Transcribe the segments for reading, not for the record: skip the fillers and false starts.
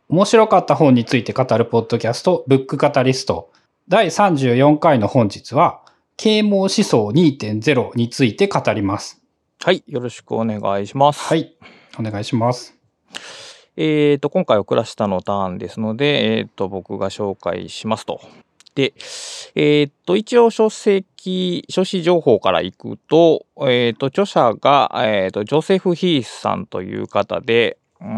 面白かった本について語るポッドキャスト、ブックカタリスト。第34回の本日は、啓蒙思想 2.0 について語ります。 はい、よろしくお願いします。 はい、お願いします。 今回は倉下のターンですので、僕が紹介しますと。で、一応書誌情報からいくと、著者が、ジョセフ・ヒースさんという方で、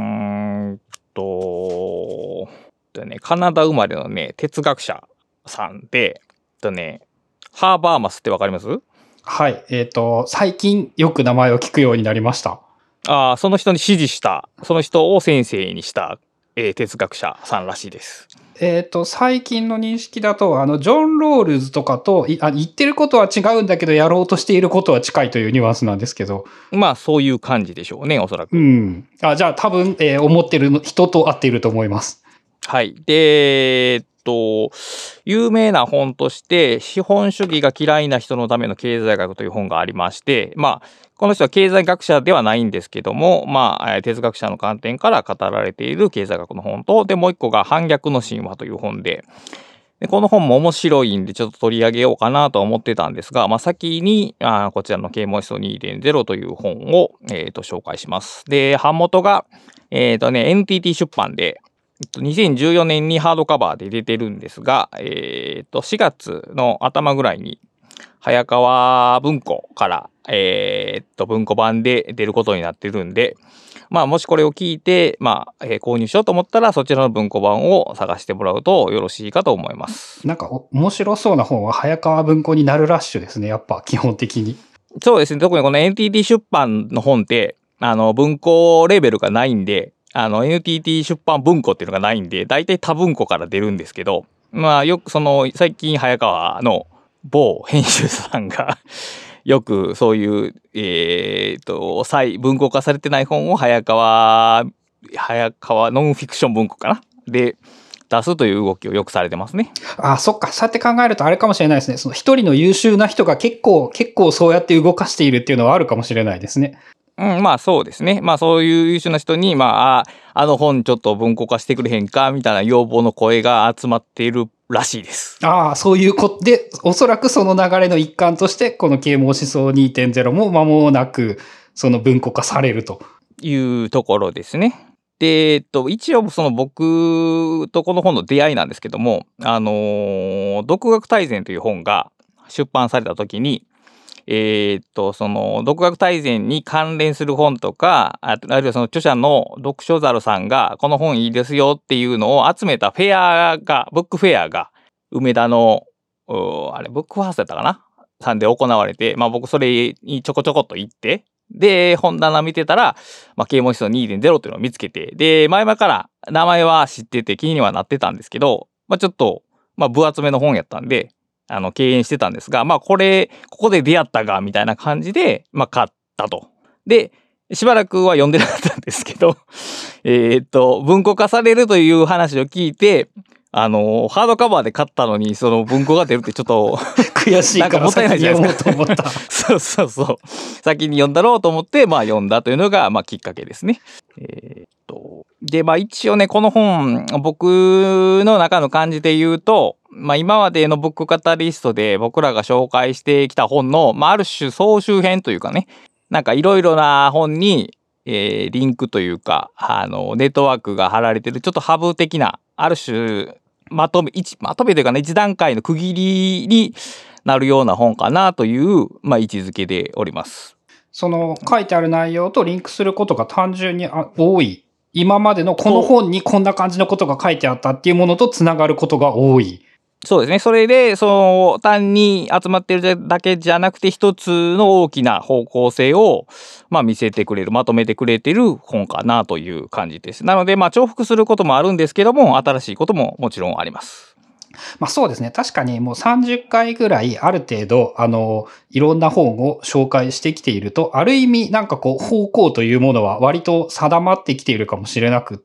カナダ生まれのね、哲学者さんで、ハーバーマスってわかります？ はい、最近よく名前を聞くようになりました。 その人に師事した、その人を先生にした、哲学者さんらしいです。 最近の認識だと、ジョン・ロールズとかと、言ってることは違うんだけど、やろうとしていることは近いというニュアンスなんですけど。 まあ、そういう感じでしょうね、おそらく。 うん。じゃあ多分、思ってる人と合っていると思います。 はい。で、有名な本として、資本主義が嫌いな人のための経済学という本がありまして、まあ、この人は経済学者ではないんですけども、まあ、哲学者の観点から語られている経済学の本と、で、もう一個が反逆の神話という本で、この本も面白いんでちょっと取り上げようかなと思ってたんですが、まあ、先にこちらの啓蒙思想 2.0 という本を、紹介します。で、版元が、NTT 出版で、2014年にハードカバーで出てるんですが、4月の頭ぐらいに早川文庫から、文庫版で出ることになってるんで、まあ、もしこれを聞いて、購入しようと思ったら、そちらの文庫版を探してもらうとよろしいかと思います。 なんか面白そうな本は早川文庫になるラッシュですね、やっぱ基本的に。 そうですね、特にこの NTT 出版の本って、文庫レベルがないんで、NTT 出版文庫っていうのがないんで、大体多文庫から出るんですけど、まあ、よく最近早川の某編集者さんが、よくそういう、再文庫化されてない本を早川ノンフィクション文庫かなで出すという動きをよくされてますね。 そっか。そうやって考えるとあれかもしれないですね。その一人の優秀な人が結構そうやって動かしているっていうのはあるかもしれないですね。 まあそうですね。まあそういう優秀な人に、あの本ちょっと文庫化してくれへんかみたいな要望の声が集まっているらしいです。 そういうことで、おそらくその流れの一環として、この啓蒙思想 2.0 も間もなく、その文庫化されるというところですね。で、一応その僕とこの本の出会いなんですけども、独学大全という本が出版された時に、その独学大全に関連する本とか、あるいはその著者の読書猿さんがこの本いいですよっていうのを集めたブックフェアが梅田のブックファーストだったかなさんで行われて、まあ僕それにちょこちょこっと行って、で、本棚見てたら、啓蒙思想 2.0 っていうのを見つけて、で、前々から名前は知ってて気にはなってたんですけど、ちょっと、分厚めの本やったんで、敬遠してたんですが、ここで出会ったが、みたいな感じで、買ったと。で、しばらくは読んでなかったんですけど、文庫化されるという話を聞いて、ハードカバーで買ったのに、その文庫が出るってちょっと悔しいから先に読もうと思った。 そう。先に読んだろうと思って、読んだというのが、きっかけですね。で、一応ね、この本、僕の中の感じで言うと、今までのブックカタリストで僕らが紹介してきた本の、ある種総集編というかね、なんかいろいろな本に、リンクというか、ネットワークが貼られてる、ちょっとハブ的な、ある種、まとめというかね、一段階の区切りになるような本かなという、位置づけでおります。 その書いてある内容とリンクすることが単純に多い。今までのこの本にこんな感じのことが書いてあったっていうものとつながることが多い。 そうですね。それで、単に集まってるだけじゃなくて、一つの大きな方向性を、見せてくれる、まとめてくれてる本かなという感じです。なので、重複することもあるんですけども、新しいことももちろんあります。 そうですね。確かにもう30回ぐらいある程度、いろんな本を紹介してきていると、ある意味なんかこう方向というものは割と定まってきているかもしれなくって、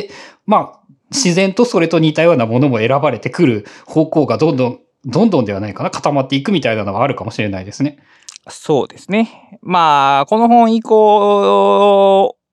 自然とそれと似たようなものも選ばれてくる方向がどんどんではないかな、固まっていくみたいなのはあるかもしれないですね。 そうですね。この本以降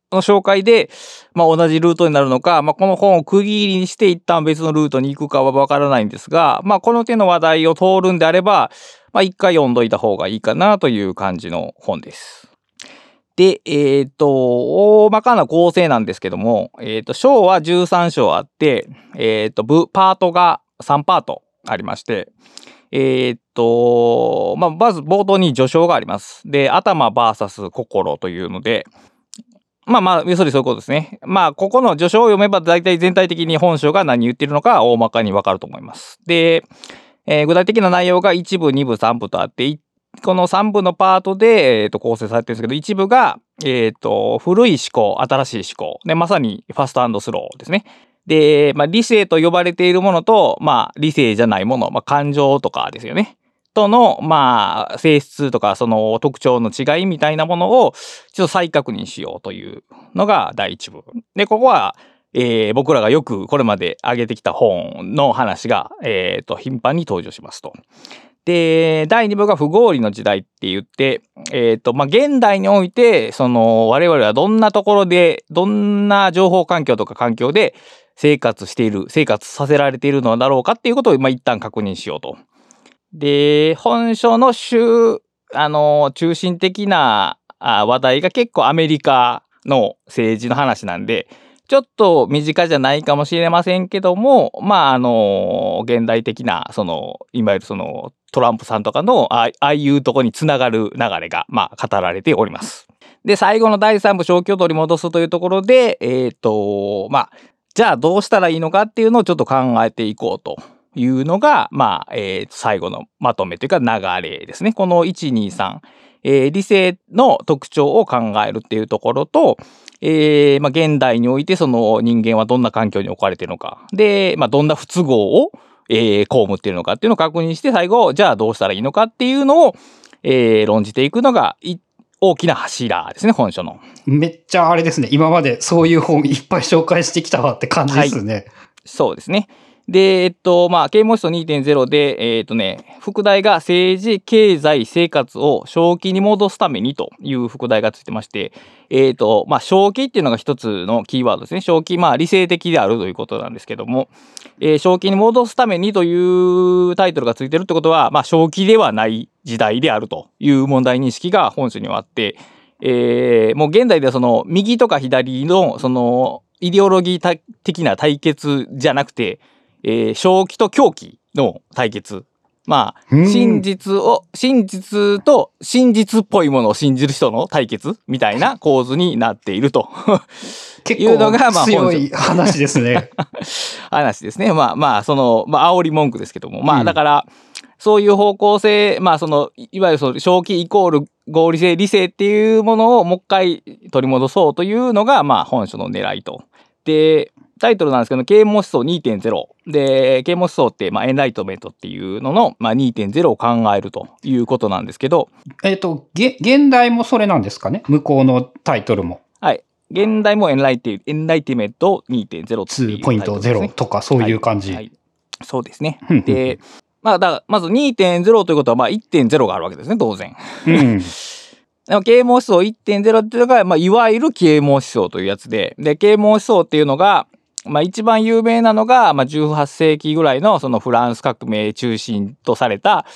の紹介で、同じルートになるのか、この本を区切りにして一旦別のルートに行くかはわからないんですが、この手の話題を通るんであれば、一回読んどいた方がいいかなという感じの本です。で、大まかな構成なんですけども、章は13章あって、パートが3パートありまして、まず冒頭に序章があります。で、頭 VS 心というので、要するにそういうことですね。ここの序章を読めば大体全体的に本章が何言ってるのか大まかにわかると思います。で、具体的な内容が1部、2部、3部とあって、この3部のパートで、構成されてるんですけど、一部が、古い思考、新しい思考。で、まさにファスト&スローですね。で、理性と呼ばれているものと、理性じゃないもの、感情とかですよね。との、性質とか、その特徴の違いみたいなものを、ちょっと再確認しようというのが第一部。で、ここは、僕らがよくこれまで上げてきた本の話が、頻繁に登場しますと。で、第2部が不合理の時代って言って、現代において、我々はどんなところで、どんな情報環境とか環境で生活させられているのだろうかっていうことを、一旦確認しようと。で、本書の中心的な話題が結構アメリカの政治の話なんで、ちょっと身近じゃないかもしれませんけども、現代的な、いわゆるトランプさんとかの、ああいうとこにつながる流れが、語られております。で、最後の第3部、正気を取り戻すというところで、じゃあどうしたらいいのかっていうのをちょっと考えていこうというのが、最後のまとめというか流れですね。この1、2、3、理性の特徴を考えるっていうところと、現代においてその人間はどんな環境に置かれているのか。で、どんな不都合を、被っているのかっていうのを確認して、最後、じゃあどうしたらいいのかっていうのを、論じていくのが大きな柱ですね、本書の。 めっちゃあれですね。今までそういう本いっぱい紹介してきたわって感じですね。 そうですね。で、啓蒙思想 2.0 で、副題が政治、経済、生活を正気に戻すためにという副題がついてまして、正気っていうのが一つのキーワードですね。正気、理性的であるということなんですけども、正気に戻すためにというタイトルがついてるってことは、正気ではない時代であるという問題認識が本書にはあって、もう現代ではその右とか左のそのイデオロギー的な対決じゃなくて、正気と狂気の対決。真実と真実っぽいものを信じる人の対決みたいな構図になっているというのが、 強い話ですね。 話ですね。煽り文句ですけども。だから、そういう方向性、いわゆる正気イコール合理性、理性っていうものをもう一回取り戻そうというのが、本書の狙いと。で、タイトルなんですけど、啓蒙思想 2.0 で、啓蒙思想って、エンライトメントっていうのの、2.0 を考えるということなんですけど、 現代もそれなんですかね、向こうのタイトルも。 はい。現代もエンライティメント 2.0 っていうタイトルですね。 2.0 とかそういう感じ。 はい。そうですね。で、だからまず 2.0 ということは、1.0 があるわけですね、当然。啓蒙思想 1.0 っていうのが、いわゆる啓蒙思想というやつで、啓蒙思想っていうのが、一番有名なのが、18世紀ぐらいのそのフランス革命中心とされた、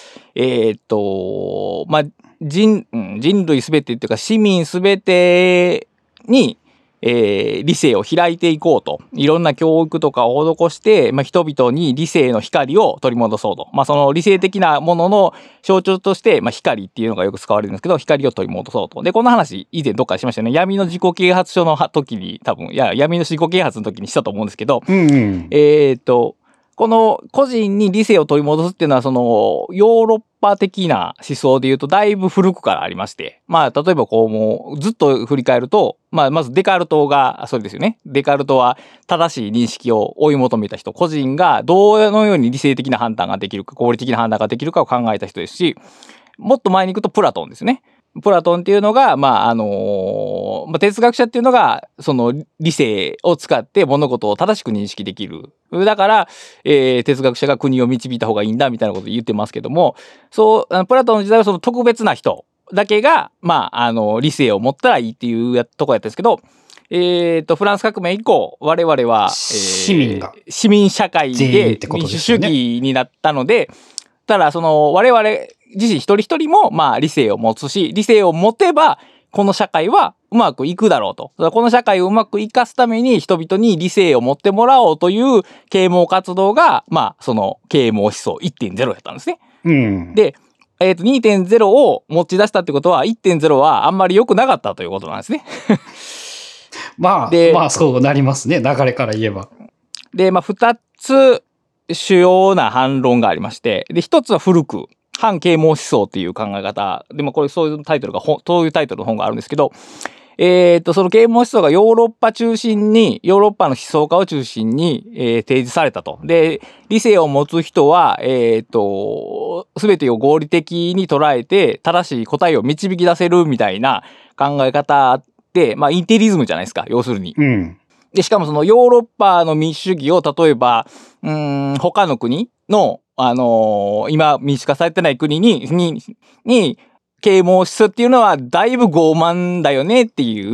人類すべてっていうか市民すべてに、理性を開いていこうと。いろんな教育とかを施して、人々に理性の光を取り戻そうと。その理性的なものの象徴として、光っていうのがよく使われるんですけど、光を取り戻そうと。で、この話以前どっかでしましたね。闇の自己啓発書の時に、闇の自己啓発の時にしたと思うんですけど、この個人に理性を取り戻すっていうのは、そのヨーロッパ的な思想で言うとだいぶ古くからありまして、例えばもうずっと振り返ると、まずデカルトがそれですよね。デカルトは正しい認識を追い求めた人、個人がどのように理性的な判断ができるか、合理的な判断ができるかを考えた人ですし、もっと前に行くとプラトンですね。プラトンっていうのが、哲学者っていうのが、その理性を使って物事を正しく認識できる。だから、哲学者が国を導いた方がいいんだみたいなことを言ってますけども、プラトンの時代はその特別な人だけが、理性を持ったらいいっていうところやったんですけど、 フランス革命以降、我々は、 市民社会で民主主義になったので、ただ我々自身一人一人も理性を持つし、理性を持てばこの社会はうまくいくだろうと。この社会をうまく生かすために人々に理性を持ってもらおうという啓蒙活動が啓蒙思想 1.0 やったんですね。で、2.0 を持ち出したってことは 1.0 はあんまり良くなかったということなんですね。 そうなりますね、流れから言えば。 で、2つ主要な反論がありまして、で、1つは古く、反啓蒙思想っていう考え方で、これそういうタイトルの本があるんですけど、その啓蒙思想がヨーロッパの思想家を中心に、提示されたと。で、理性を持つ人は、すべてを合理的に捉えて、正しい答えを導き出せるみたいな考え方で、インテリズムじゃないですか、要するに。で、しかもそのヨーロッパの民主主義を、例えば、他の国の、今民主化されてない国に啓蒙するっていうのはだいぶ傲慢だよねっていう、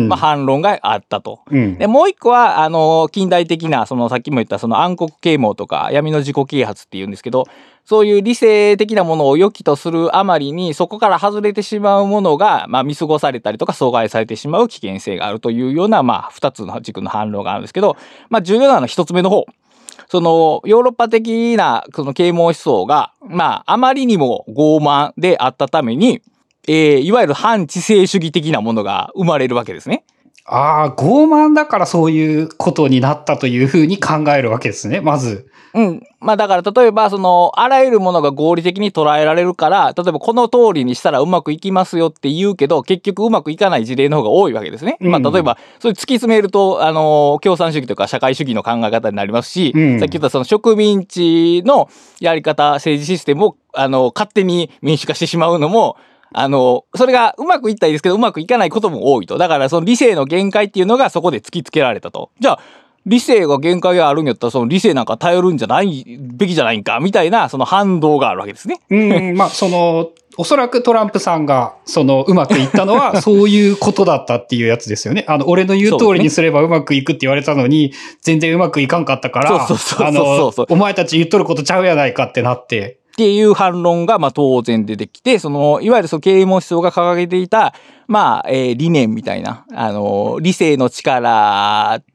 反論があったと。で、もう一個は、近代的な、さっきも言った暗黒啓蒙とか闇の自己啓発っていうんですけど、そういう理性的なものを良きとするあまりに、そこから外れてしまうものが、見過ごされたりとか阻害されてしまう危険性があるというような、二つの軸の反論があるんですけど、重要なのは一つ目の方。ヨーロッパ的な啓蒙思想が、あまりにも傲慢であったために、いわゆる反知性主義的なものが生まれるわけですね。 傲慢だからそういうことになったというふうに考えるわけですね、まず。 だから例えば、あらゆるものが合理的に捉えられるから、例えばこの通りにしたらうまくいきますよって言うけど、結局うまくいかない事例の方が多いわけですね。例えば、それ突き詰めると、共産主義とか社会主義の考え方になりますし、さっき言った植民地のやり方、政治システムを、勝手に民主化してしまうのも、それがうまくいったらいいですけど、うまくいかないことも多いと。だから理性の限界っていうのがそこで突きつけられたと。じゃあ、理性が限界があるんやったら、理性なんか頼るんじゃないべきじゃないんか、みたいな、反動があるわけですね。 おそらくトランプさんが、うまくいったのは、そういうことだったっていうやつですよね。俺の言う通りにすればうまくいくって言われたのに、全然うまくいかんかったから、お前たち言っとることちゃうやないかってなって。 っていう反論が当然出てきて、いわゆる啓蒙思想が掲げていた、理念みたいな、理性の力って、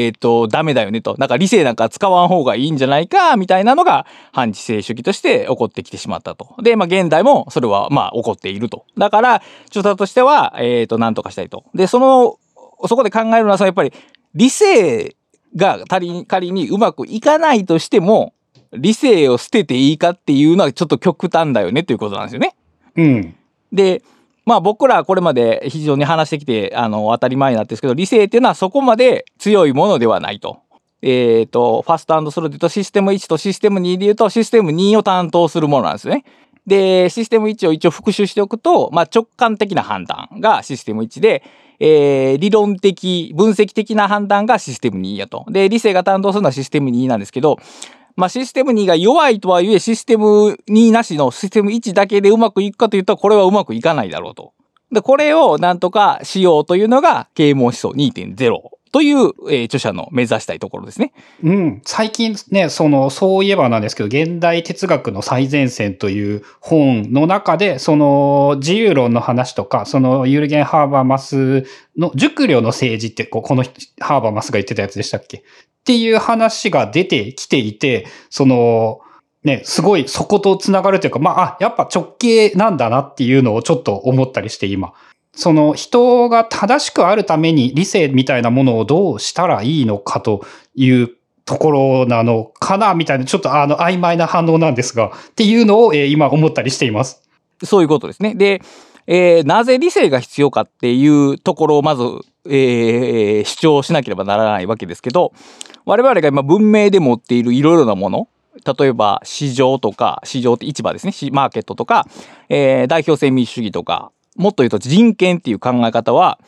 ダメだよねと。なんか理性なんか使わん方がいいんじゃないか、みたいなのが反知性主義として起こってきてしまったと。で、現代もそれは起こっていると。だから、著者としては、なんとかしたいと。で、そこで考えるのはやっぱり理性が仮にうまくいかないとしても、理性を捨てていいかっていうのはちょっと極端だよねっていうことなんですよね。で、僕らこれまで非常に話してきて当たり前なんですけど、理性っていうのはそこまで強いものではないと。ファスト&スローで言うとシステム1とシステム2で言うとシステム2を担当するものなんですね。で、システム1を一応復習しておくと、直感的な判断がシステム1で、理論的、分析的な判断がシステム2やと。で、理性が担当するのはシステム2なんですけど、システム2が弱いとはいえ、システム2なしのシステム1だけでうまくいくかというと、これはうまくいかないだろうと。で、これをなんとかしようというのが、啓蒙思想 2.0 という、著者の目指したいところですね。 最近ね、そういえばなんですけど、現代哲学の最前線という本の中で、自由論の話とか、ユルゲン・ハーバーマスの熟慮の政治って、このハーバーマスが言ってたやつでしたっけっていう話が出てきていて、すごいそこと繋がるというか、やっぱ直系なんだなっていうのをちょっと思ったりして今。人が正しくあるために理性みたいなものをどうしたらいいのかというところなのかなみたいな、ちょっと曖昧な反応なんですが、っていうのを今思ったりしています。 そういうことですね。で、なぜ理性が必要かっていうところをまず、主張しなければならないわけですけど、我々が今文明で持っているいろいろなもの、例えば市場とか、市場って市場ですね、マーケットとか、代表性民主主義とか、もっと言うと人権っていう考え方は、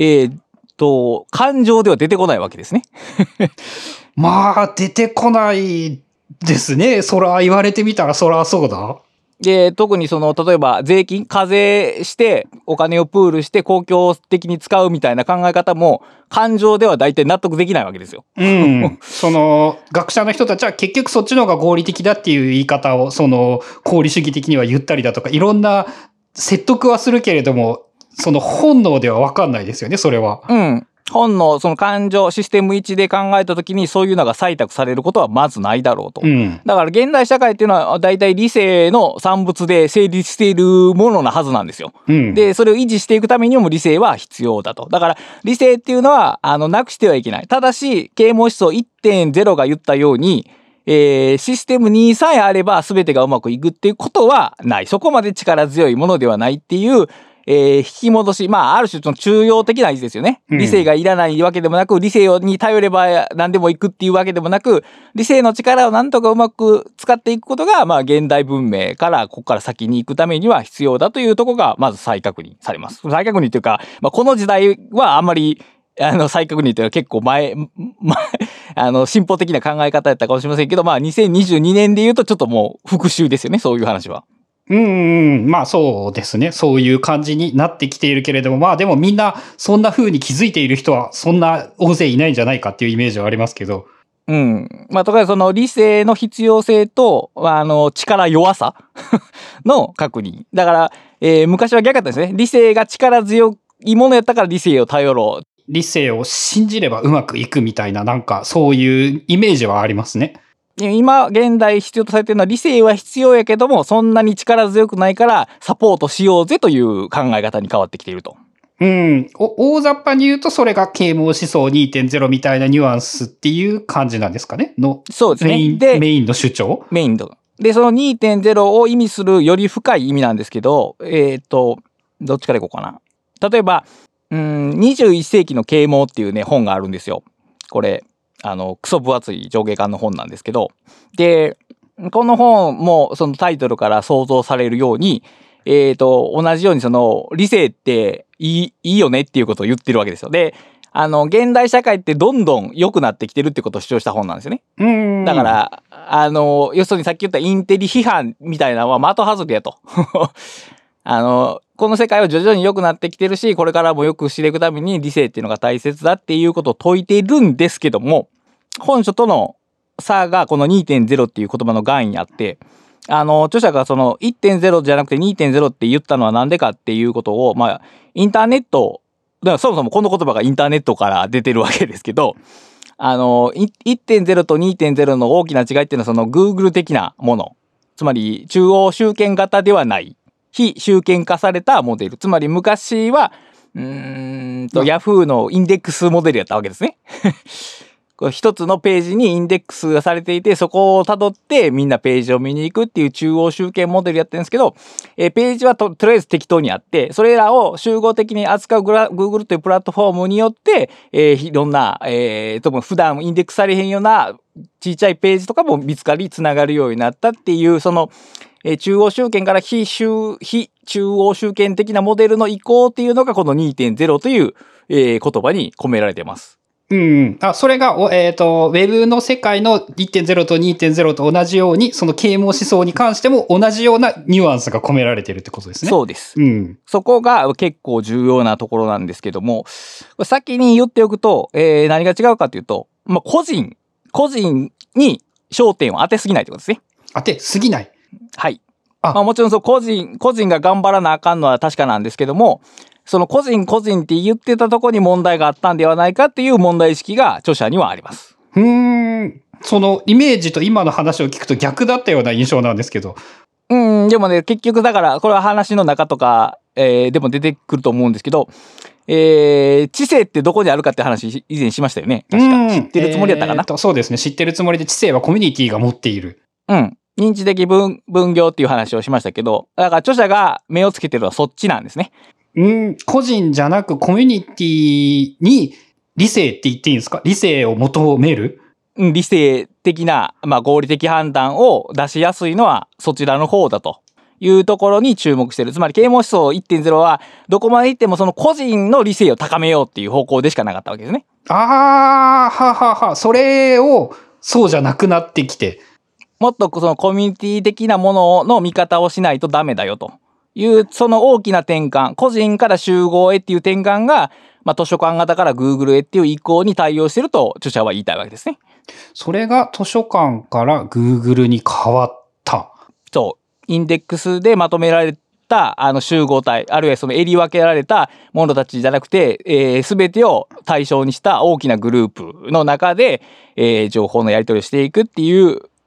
感情では出てこないわけですね。 出てこないですね。そら言われてみたらそらそうだ。 で、特にその、例えば税金、課税して、お金をプールして公共的に使うみたいな考え方も、感情では大体納得できないわけですよ。 うん。その、学者の人たちは結局そっちの方が合理的だっていう言い方を、その、功利主義的には言ったりだとか、いろんな説得はするけれども、その本能では分かんないですよね、それは。 うん。本のその感情、システム1で考えたときにそういうのが採択されることはまずないだろうと。 うん。 だから現代社会っていうのは大体理性の産物で成立しているものなはずなんですよ。 うん。 で、それを維持していくためにも理性は必要だと。だから理性っていうのはなくしてはいけない。ただし、啓蒙思想 1.0 が言ったように、システム2さえあれば全てがうまくいくっていうことはない。そこまで力強いものではないっていう、引き戻し、まあ、ある種その中庸的な位置ですよね。理性がいらないわけでもなく、理性に頼れば何でもいくっていうわけでもなく、理性の力をなんとかうまく使っていくことが、まあ、現代文明からここから先に行くためには必要だというところが、まず再確認されます。再確認というか、まあ、この時代はあんまり、再確認というのは結構前、進歩的な考え方やったかもしれませんけど、まあ、2022年で言うとちょっともう復習ですよね、そういう話は。 まあそうですね。そういう感じになってきているけれども、まあでもみんなそんな風に気づいている人はそんな大勢いないんじゃないかっていうイメージはありますけど。 うん。まあ、とかその理性の必要性と、力弱さの確認。だから、昔は逆だったんですね。理性が力強いものやったから理性を頼ろう。 理性を信じればうまくいくみたいな、なんかそういうイメージはありますね。 今、現代必要とされているのは理性は必要やけども、そんなに力強くないからサポートしようぜという考え方に変わってきていると。 うん。大雑把に言うとそれが啓蒙思想 2.0 みたいなニュアンスっていう感じなんですかねの。 そうですね。 メインの主張メインの。で、その 2.0 を意味するより深い意味なんですけど、どっちからいこうかな。例えば、21世紀の啓蒙っていうね、本があるんですよ。これ、クソ分厚い上下巻の本なんですけど、で、この本もそのタイトルから想像されるように、同じようにその理性っていいよねっていうことを言ってるわけですよ。で、現代社会ってどんどん良くなってきてるってことを主張した本なんですよね。だから、要するにさっき言ったインテリ批判みたいなのは的外れやと。この世界は徐々に良くなってきてるし、これからも良くしていくために理性っていうのが大切だっていうことを説いているんですけども、本書との差がこの 2.0 っていう言葉の概にあって、著者がその 1.0 じゃなくて 2.0 って言ったのはなんでかっていうことを、まあ、インターネット、だからそもそもこの言葉がインターネットから出てるわけですけど、1.0 と 2.0 の大きな違いっていうのはその Google 的なもの。つまり中央集権型ではない。非集権化されたモデル。つまり昔は、Yahoo のインデックスモデルやったわけですね。一つのページにインデックスがされていて、そこを辿ってみんなページを見に行くっていう中央集権モデルやってるんですけど、ページはとりあえず適当にあって、それらを集合的に扱うGoogle というプラットフォームによって、いろんな、普段インデックスされへんようなちっちゃいページとかも見つかりつながるようになったっていう、その、中央集権から非中央集権的なモデルの移行っていうのがこの 2.0 という、言葉に込められています。 それが、ウェブの世界の 1.0 と 2.0 と同じように、その啓蒙思想に関しても同じようなニュアンスが込められているってことですね。 そうです。そこが結構重要なところなんですけども、先に言っておくと、何が違うかというと、まあ、個人に焦点を当てすぎないということですね。 当てすぎない。 はい。まあ、もちろんそう個人が頑張らなあかんのは確かなんですけども、その個人って言ってたところに問題があったんではないかっていう問題意識が著者にはあります。 そのイメージと今の話を聞くと逆だったような印象なんですけど。 でもね、結局だからこれは話の中とか、でも出てくると思うんですけど、知性ってどこにあるかって話以前しましたよね。確か知ってるつもりだったかな。 そうですね。知ってるつもりで知性はコミュニティが持っている。 認知的分業っていう話をしましたけど、だから著者が目をつけてるのはそっちなんですね。 個人じゃなくコミュニティに理性って言っていいんですか？理性を求める？ 理性的な、まあ、合理的判断を出しやすいのはそちらの方だというところに注目している。つまり啓蒙思想 1.0 はどこまで行ってもその個人の理性を高めようっていう方向でしかなかったわけですね。 それをそうじゃなくなってきて。 もっとそのコミュニティ的なものの見方をしないとダメだよというその大きな転換、個人から集合へっていう転換が、図書館型から Google へっていう移行に対応してると著者は言いたいわけですね。 それが図書館から Google に変わった。 そう。インデックスでまとめられた集合体、あるいはその襟分けられたものたちじゃなくて、全てを対象にした大きなグループの中で、情報のやり取りをしていくっていう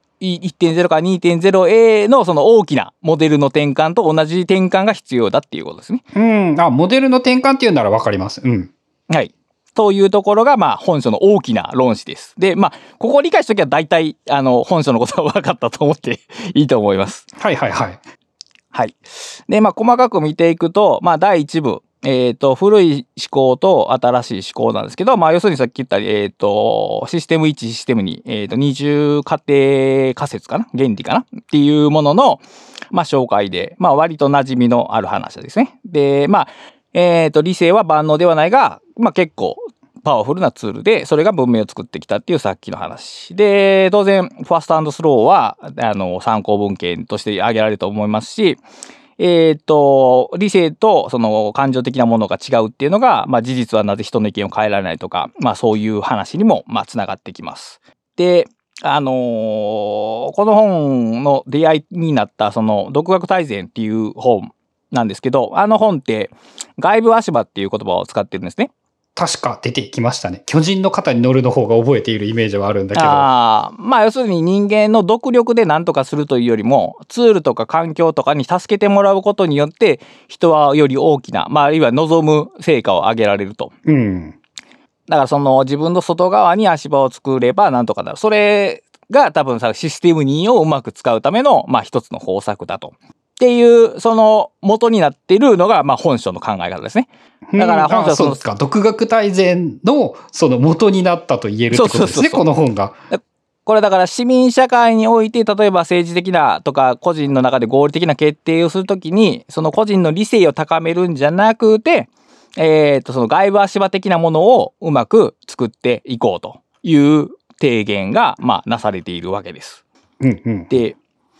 、1.0 から 2.0 へのその大きなモデルの転換と同じ転換が必要だっていうことですね。 モデルの転換っていうならわかります。 はい。というところが、本書の大きな論旨です。で、ここを理解しときは大体、本書のことは分かったと思っていいと思います。 はいはいはい。 はい。で、細かく見ていくと、第一部、古い思考と新しい思考なんですけど、要するにさっき言った、システム1、システム2、二重仮定仮説かな原理かなっていうものの、紹介で、割と馴染みのある話ですね。で、理性は万能ではないが、結構パワフルなツールで、それが文明を作ってきたっていうさっきの話。で、当然、ファスト&スローは、参考文献として挙げられると思いますし、理性とその感情的なものが違うっていうのが、事実はなぜ人の意見を変えられないとか、そういう話にも、つながってきます。で、この本の出会いになった、その、独学大全っていう本なんですけど、本って、外部足場っていう言葉を使ってるんですね。 確か出てきましたね。巨人の肩に乗るの方が覚えているイメージはあるんだけど。 要するに人間の独力で何とかするというよりも、ツールとか環境とかに助けてもらうことによって、人はより大きな、あるいは望む成果を上げられると。だからその自分の外側に足場を作れば何とかなる。それが多分システム2をうまく使うための、一つの方策だと。っていう、その元になっているのが、本書の考え方ですね。だから本書はそうか、独学大全のその元になったと言えるってことですね、この本が。 これだから市民社会において、例えば政治的なとか個人の中で合理的な決定をするときに、その個人の理性を高めるんじゃなくて、その外部足場的なものをうまく作っていこうという提言が、なされているわけです。で、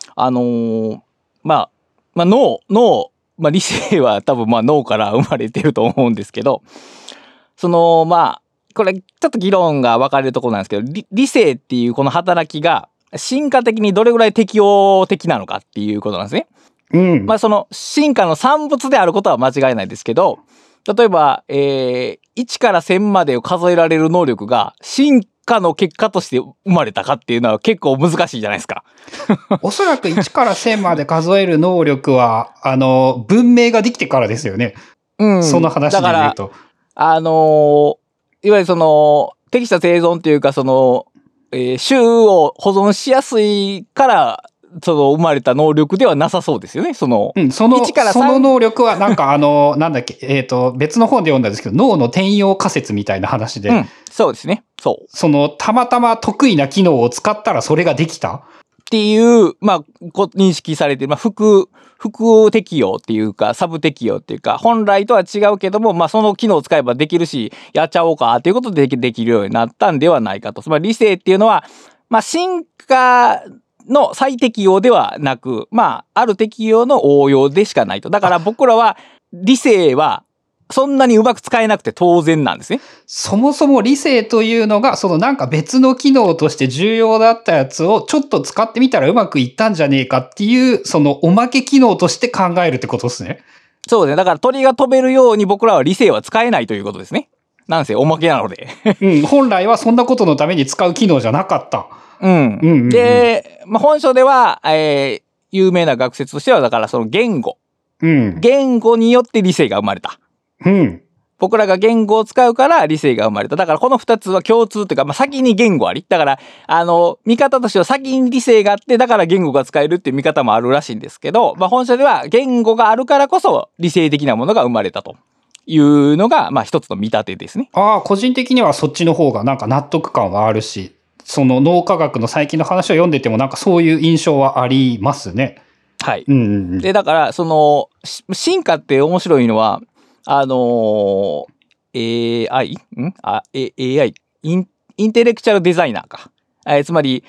脳、理性は多分脳から生まれてると思うんですけど、そのこれちょっと議論が分かれるところなんですけど、理性っていうこの働きが進化的にどれぐらい適応的なのかっていうことなんですね。その進化の産物であることは間違いないですけど、例えば、1から1000までを数えられる能力が進化の結果として生まれたかっていうのは結構難しいじゃないですか。 おそらく1から1000まで数える能力は、文明ができてからですよね。その話で言うと。 いわゆるその、適した生存というか、その、種を保存しやすいから、その生まれた能力ではなさそうですよね。その、 その能力はなんかなんだっけ、別の本で読んだんですけど、脳の転用仮説みたいな話で。 そうですね。そう。 その、たまたま得意な機能を使ったらそれができたっていう、認識されている、副適用っていうか、サブ適用っていうか、本来とは違うけども、その機能を使えばできるし、やっちゃおうかっていうことでできるようになったんではないかと。つまり理性っていうのは、進化の再適用ではなく、ある適用の応用でしかないと。だから僕らは、理性は、そんなにうまく使えなくて当然なんですね。 そもそも理性というのが、そのなんか別の機能として重要だったやつをちょっと使ってみたらうまくいったんじゃねえかっていう、そのおまけ機能として考えるってことですね。 そうですね。だから鳥が飛べるように僕らは理性は使えないということですね。なんせおまけなので。 本来はそんなことのために使う機能じゃなかった。 で、本書では、有名な学説としては、だからその言語。言語によって理性が生まれた。僕らが言語を使うから理性が生まれた。だからこの二つは共通というか、先に言語あり。だから、見方としては先に理性があって、だから言語が使えるっていう見方もあるらしいんですけど、本書では言語があるからこそ理性的なものが生まれたというのが、一つの見立てですね。 個人的にはそっちの方がなんか納得感はあるし、その脳科学の最近の話を読んでてもなんかそういう印象はありますね。 はい。で、だから、その、進化って面白いのは、AI、インテレクチャルデザイナーか。つまり、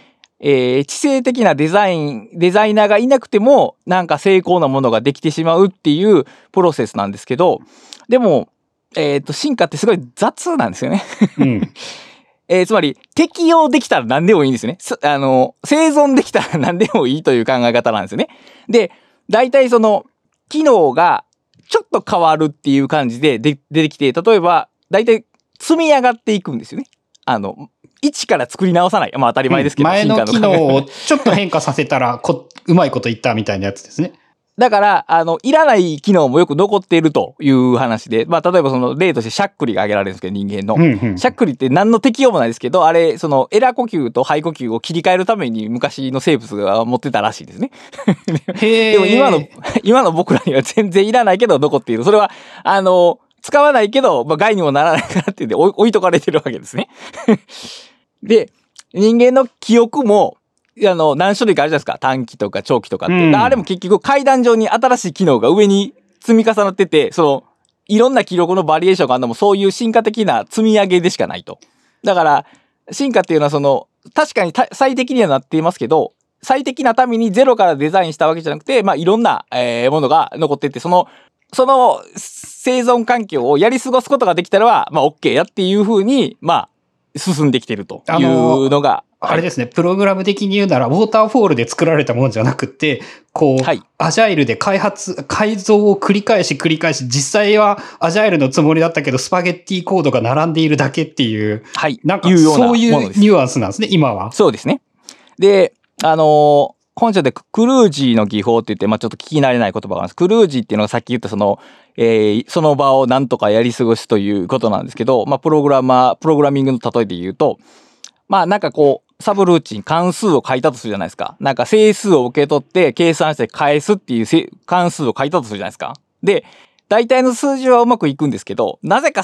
知性的なデザイナーがいなくてもなんか精巧なものができてしまうっていうプロセスなんですけど、でも、進化ってすごい雑なんですよね。つまり適用できたら何でもいいんですね。生存できたら何でもいいという考え方なんですよね。で、大体その機能がちょっと変わるっていう感じで出てきて、例えば大体積み上がっていくんですよね。一から作り直さない。まあ当たり前ですけど。 前の機能をちょっと変化させたらうまいこと言ったみたいなやつですね。 だから、いらない機能もよく残っているという話で、まあ、例えばその例としてしゃっくりが挙げられるんですけど、人間の。しゃっくりって何の適用もないですけど、あれ、そのエラ呼吸と肺呼吸を切り替えるために昔の生物が持ってたらしいですね。でも今の僕らには全然いらないけど残っている。それは、使わないけど、まあ、害にもならないからっていうんで置いとかれてるわけですね。で、人間の記憶も、何種類かあるじゃないですか。短期とか長期とかって。あれも結局階段上に新しい機能が上に積み重なってて、いろんな記録のバリエーションがあるのもそういう進化的な積み上げでしかないと。だから、進化っていうのは確かに最適にはなっていますけど、最適なためにゼロからデザインしたわけじゃなくて、まあいろんな、ものが残ってて、その生存環境をやり過ごすことができたらは、まあ OK やっていう風に、まあ、進んできてるというのが、 あれですね、プログラム的に言うなら、ウォーターフォールで作られたものじゃなくて、アジャイルで改造を繰り返し、実際はアジャイルのつもりだったけど、スパゲッティコードが並んでいるだけっていう、なんかそういうニュアンスなんですね、今は。 そうですね。で、本書でクルージーの技法って言って、まあちょっと聞き慣れない言葉があるんです。クルージーっていうのがさっき言ったその場をなんとかやり過ごすということなんですけど、まあプログラミングの例えで言うと、まあなんかサブルーチン、関数を書いたとするじゃないですか。なんか整数を受け取って計算して返すっていう関数を書いたとするじゃないですか。で、大体の数字はうまくいくんですけど、なぜか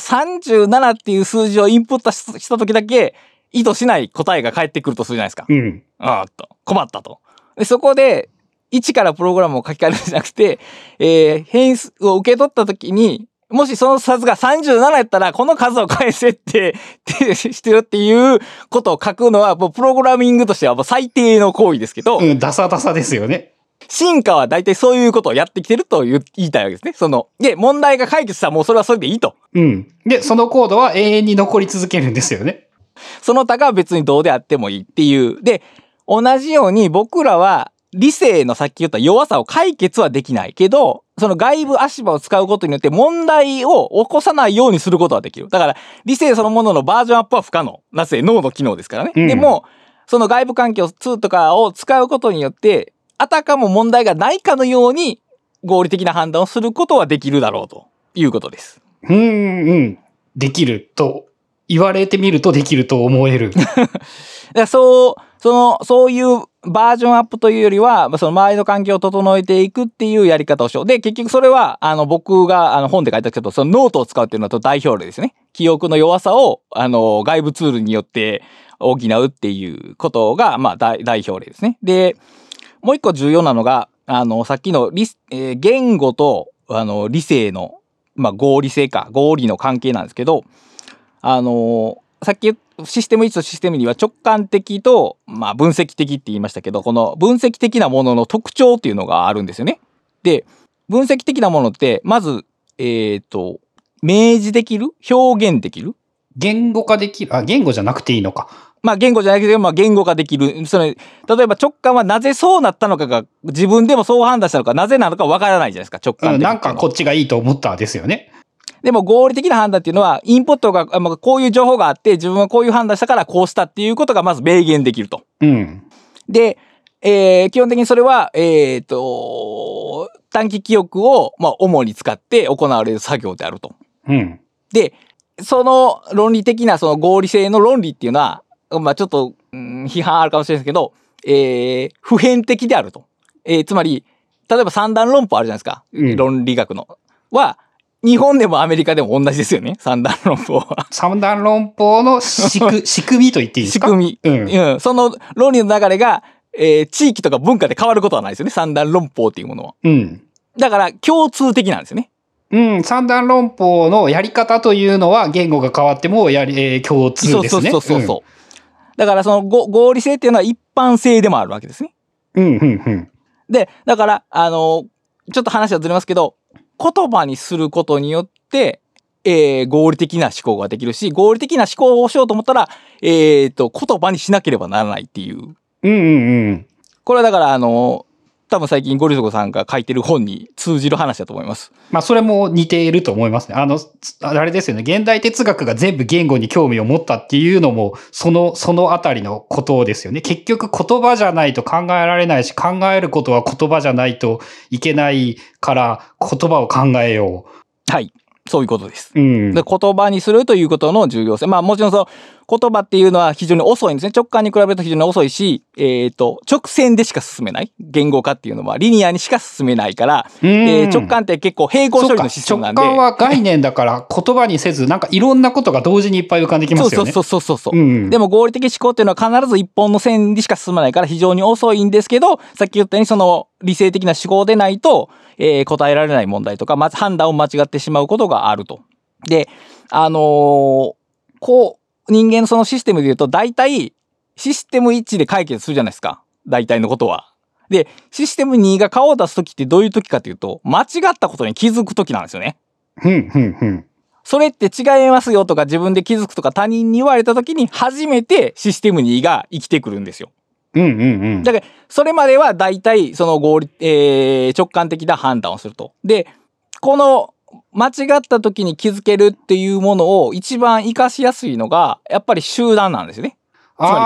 37っていう数字をインプットした時だけ意図しない答えが返ってくるとするじゃないですか。困ったと。で、そこで、1からプログラムを書き換えるんじゃなくて、変数を受け取った時に、もしその数が37やったら、この数を返せってしてるっていうことを書くのは、もうプログラミングとしてはもう最低の行為ですけど。 ダサダサですよね。 進化は大体そういうことをやってきてると言いたいわけですね。で、問題が解決したらもうそれはそれでいいと。 で、そのコードは永遠に残り続けるんですよね。 その他が別にどうであってもいいっていう。で、同じように僕らは理性のさっき言った弱さを解決はできないけど、その外部足場を使うことによって問題を起こさないようにすることはできる。だから理性そのもののバージョンアップは不可能。なぜ脳の機能ですからね。でも、その外部環境2とかを使うことによって、あたかも問題がないかのように合理的な判断をすることはできるだろうということです。 できると言われてみるとできると思える。 そういうバージョンアップというよりは、その周りの環境を整えていくっていうやり方をしよう。で、結局それは、僕が本で書いたけど、そのノートを使うっていうのは代表例ですね。記憶の弱さを、外部ツールによって補うっていうことが、まあ、代表例ですね。で、もう一個重要なのが、さっきの言語と、理性の、まあ、合理の関係なんですけど、さっきシステム1とシステム2は直感的と、まあ、分析的って言いましたけど、この分析的なものの特徴っていうのがあるんですよね。で、分析的なものって、まず、明示できる？表現できる？ 言語化できる？言語じゃなくていいのか。 まあ、言語じゃなくて、まあ、言語化できる。例えば直感はなぜそうなったのかが、自分でもそう判断したのか、なぜなのかわからないじゃないですか、直感的。 なんかこっちがいいと思ったですよね。 でも合理的な判断っていうのは、インプットが、こういう情報があって、自分はこういう判断したからこうしたっていうことがまず明言できると。で、基本的にそれは、短期記憶を、まあ、主に使って行われる作業であると。で、その論理的なその合理性の論理っていうのは、まあ、ちょっと、批判あるかもしれないですけど、普遍的であると。つまり、例えば三段論法あるじゃないですか。論理学の。は、日本でもアメリカでも同じですよね。三段論法は。 三段論法の仕組みと言っていいですか？ 仕組み。その論理の流れが、地域とか文化で変わることはないですよね。三段論法っていうものは。だから共通的なんですよね。 三段論法のやり方というのは言語が変わっても共通ですね。 そう。 だからその合理性っていうのは一般性でもあるわけですね。 うんうんうん。 で、だから、ちょっと話はずれますけど、言葉にすることによって、合理的な思考ができるし、合理的な思考をしようと思ったら、言葉にしなければならないっていう。 うんうんうん。 これはだから、多分最近ゴリゾコさんが書いてる本に通じる話だと思います。 まあ、それも似ていると思いますね。あれですよね。現代哲学が全部言語に興味を持ったっていうのも、そのあたりのことですよね。結局言葉じゃないと考えられないし、考えることは言葉じゃないといけないから言葉を考えよう。はい。そういうことです。 うん、 で言葉にするということの重要性。まあもちろんその言葉っていうのは非常に遅いんですね。直感に比べると非常に遅いし、直線でしか進めない。言語化っていうのはリニアにしか進めないから、直感って結構並行処理のシステムなんで。 直感は概念だから言葉にせず、なんかいろんなことが同時にいっぱい浮かんできますよね。 そう。でも合理的思考っていうのは必ず一本の線でしか進まないから非常に遅いんですけど、さっき言ったようにその理性的な思考でないと、答えられない問題とか、まず判断を間違ってしまうことがあると。で、人間のそのシステムで言うと、大体、システム1で解決するじゃないですか。大体のことは。で、システム2が顔を出すときってどういうときかというと、間違ったことに気づくときなんですよね。それって違いますよとか自分で気づくとか他人に言われたときに初めてシステム2が生きてくるんですよ。だから、それまでは大体、その直感的な判断をすると。で、この、間違った時に気づけるっていうものを一番活かしやすいのが、やっぱり集団なんですよね。つまり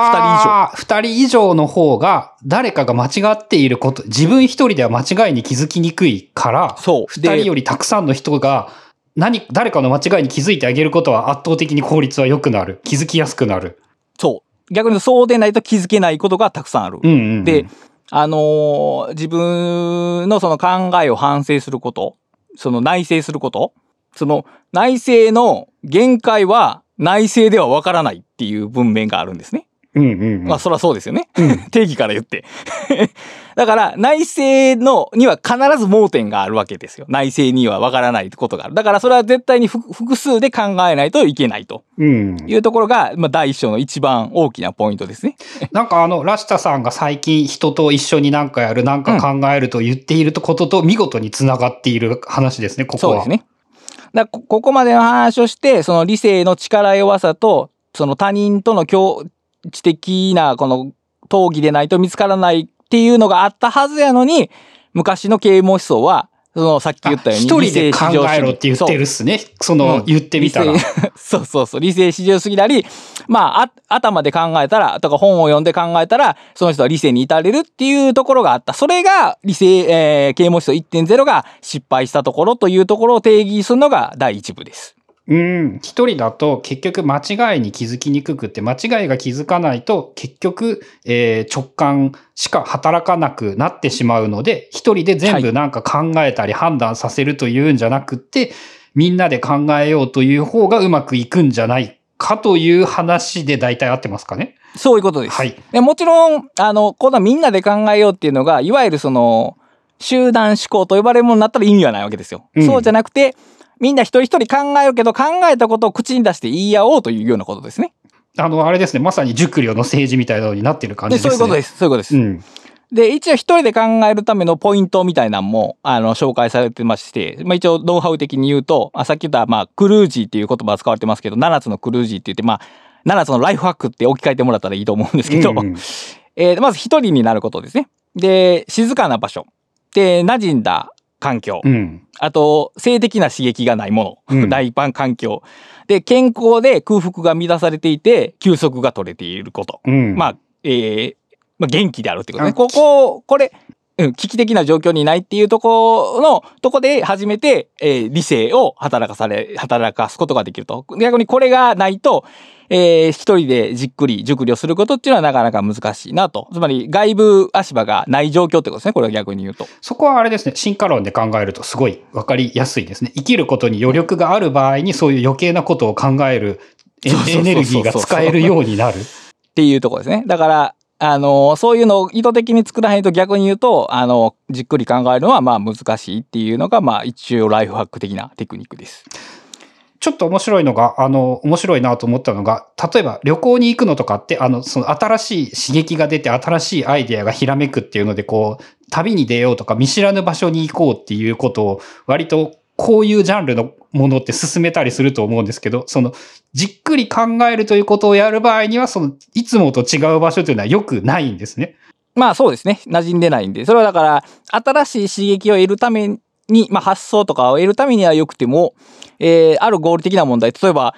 2人以上の方が、誰かが間違っていること、自分一人では間違いに気づきにくいから、2人よりたくさんの人が、誰かの間違いに気づいてあげることは圧倒的に効率は良くなる。気づきやすくなる。 そう。逆にそうでないと気づけないことがたくさんある。で、自分のその考えを反省すること。その内省すること、その内省の限界は内省ではわからないっていう文面があるんですね。まあそりゃそうですよね。定義から言って。だから内省には必ず盲点があるわけですよ。内省にはわからないことがある。だからそれは絶対に複数で考えないといけないというところが、まあ第一章の一番大きなポイントですね。 なんかラシタさんが最近人と一緒になんかやる、なんか考えると言っていることと見事につながっている話ですね、ここは。 そうですね。ここまでの話をして、その理性の力弱さと、その他人との知的なこの討議でないと見つからないっていうのがあったはずやのに、昔の啓蒙思想は、さっき言ったように一人で考えろって言ってるっすね。言ってみたら。 そう。理性至上主義であり、まあ、頭で考えたら、とか本を読んで考えたら、その人は理性に至れるっていうところがあった。それが理性、啓蒙思想 1.0 が失敗したところというところを定義するのが第一部です。 一人だと結局間違いに気づきにくくって、間違いが気づかないと結局、直感しか働かなくなってしまうので、一人で全部なんか考えたり判断させるというんじゃなくって、みんなで考えようという方がうまくいくんじゃないかという話で大体合ってますかね。 そういうことです。 はい。 でもちろん、このみんなで考えようっていうのが、いわゆるその、集団思考と呼ばれるものになったら意味はないわけですよ。そうじゃなくて、みんな一人一人考えるけど、考えたことを口に出して言い合おうというようなことですね。 あれですね。まさに熟慮の政治みたいなのになってる感じですね。 そういうことです。で、一応一人で考えるためのポイントみたいなのも、紹介されてまして、まあ一応ノウハウ的に言うと、さっき言った、まあ、クルージーっていう言葉が使われてますけど、7つのクルージーって言って、まあ、7つのライフハックって置き換えてもらったらいいと思うんですけど、まず一人になることですね。で、静かな場所。で、馴染んだ環境。あと、性的な刺激がないもの。大一般環境。で、健康で空腹が満たされていて、休息が取れていること。まあ、元気であるってことね。これ、危機的な状況にないっていうとこで初めて、理性を働かすことができると。逆にこれがないと、一人でじっくり熟慮することっていうのはなかなか難しいなと。つまり外部足場がない状況ってことですね。これは逆に言うと。 そこはあれですね。進化論で考えるとすごいわかりやすいですね。生きることに余力がある場合にそういう余計なことを考えるエネルギーが使えるようになる。 っていうところですね。だから、そういうのを意図的に作らないと逆に言うと、じっくり考えるのはまあ難しいっていうのが、まあ一応ライフハック的なテクニックです。 ちょっと面白いのが、面白いなと思ったのが、例えば旅行に行くのとかって、その新しい刺激が出て、新しいアイデアがひらめくっていうので、こう、旅に出ようとか、見知らぬ場所に行こうっていうことを、割と、こういうジャンルのものって進めたりすると思うんですけど、じっくり考えるということをやる場合には、いつもと違う場所というのは良くないんですね。 まあそうですね。馴染んでないんで。それはだから、新しい刺激を得るために、まあ発想とかを得るためには良くても、ある合理的な問題、例えば、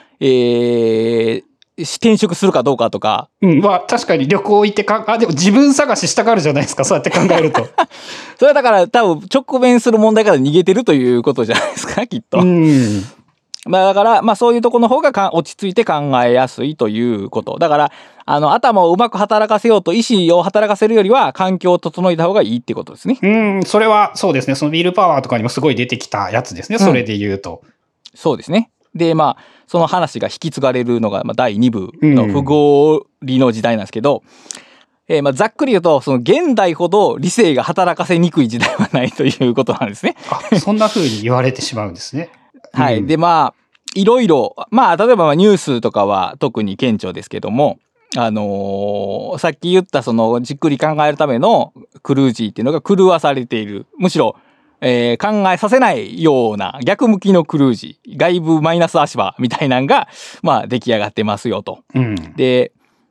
転職するかどうかとか。 確かに旅行行ってでも自分探ししたがるじゃないですか、そうやって考えると。 それはだから多分直面する問題から逃げてるということじゃないですか、きっと。まあだから、まあそういうところの方が落ち着いて考えやすいということ。だから、頭をうまく働かせようと意思を働かせるよりは環境を整えた方がいいってことですね。 それはそうですね。そのウィルパワーとかにもすごい出てきたやつですね。それで言うと。 そうですね。で、まあ、その話が引き継がれるのが、まあ、第2部の不合理の時代なんですけど、まあ、ざっくり言うと、その現代ほど理性が働かせにくい時代はないということなんですね。 そんな風に言われてしまうんですね。 はい。で、まあ、いろいろ、まあ、例えばニュースとかは特に顕著ですけども、さっき言ったそのじっくり考えるためのクルージーっていうのが狂わされている。むしろ、考えさせないような逆向きのクルージー、外部マイナス足場みたいなのが、まあ出来上がってますよと。で、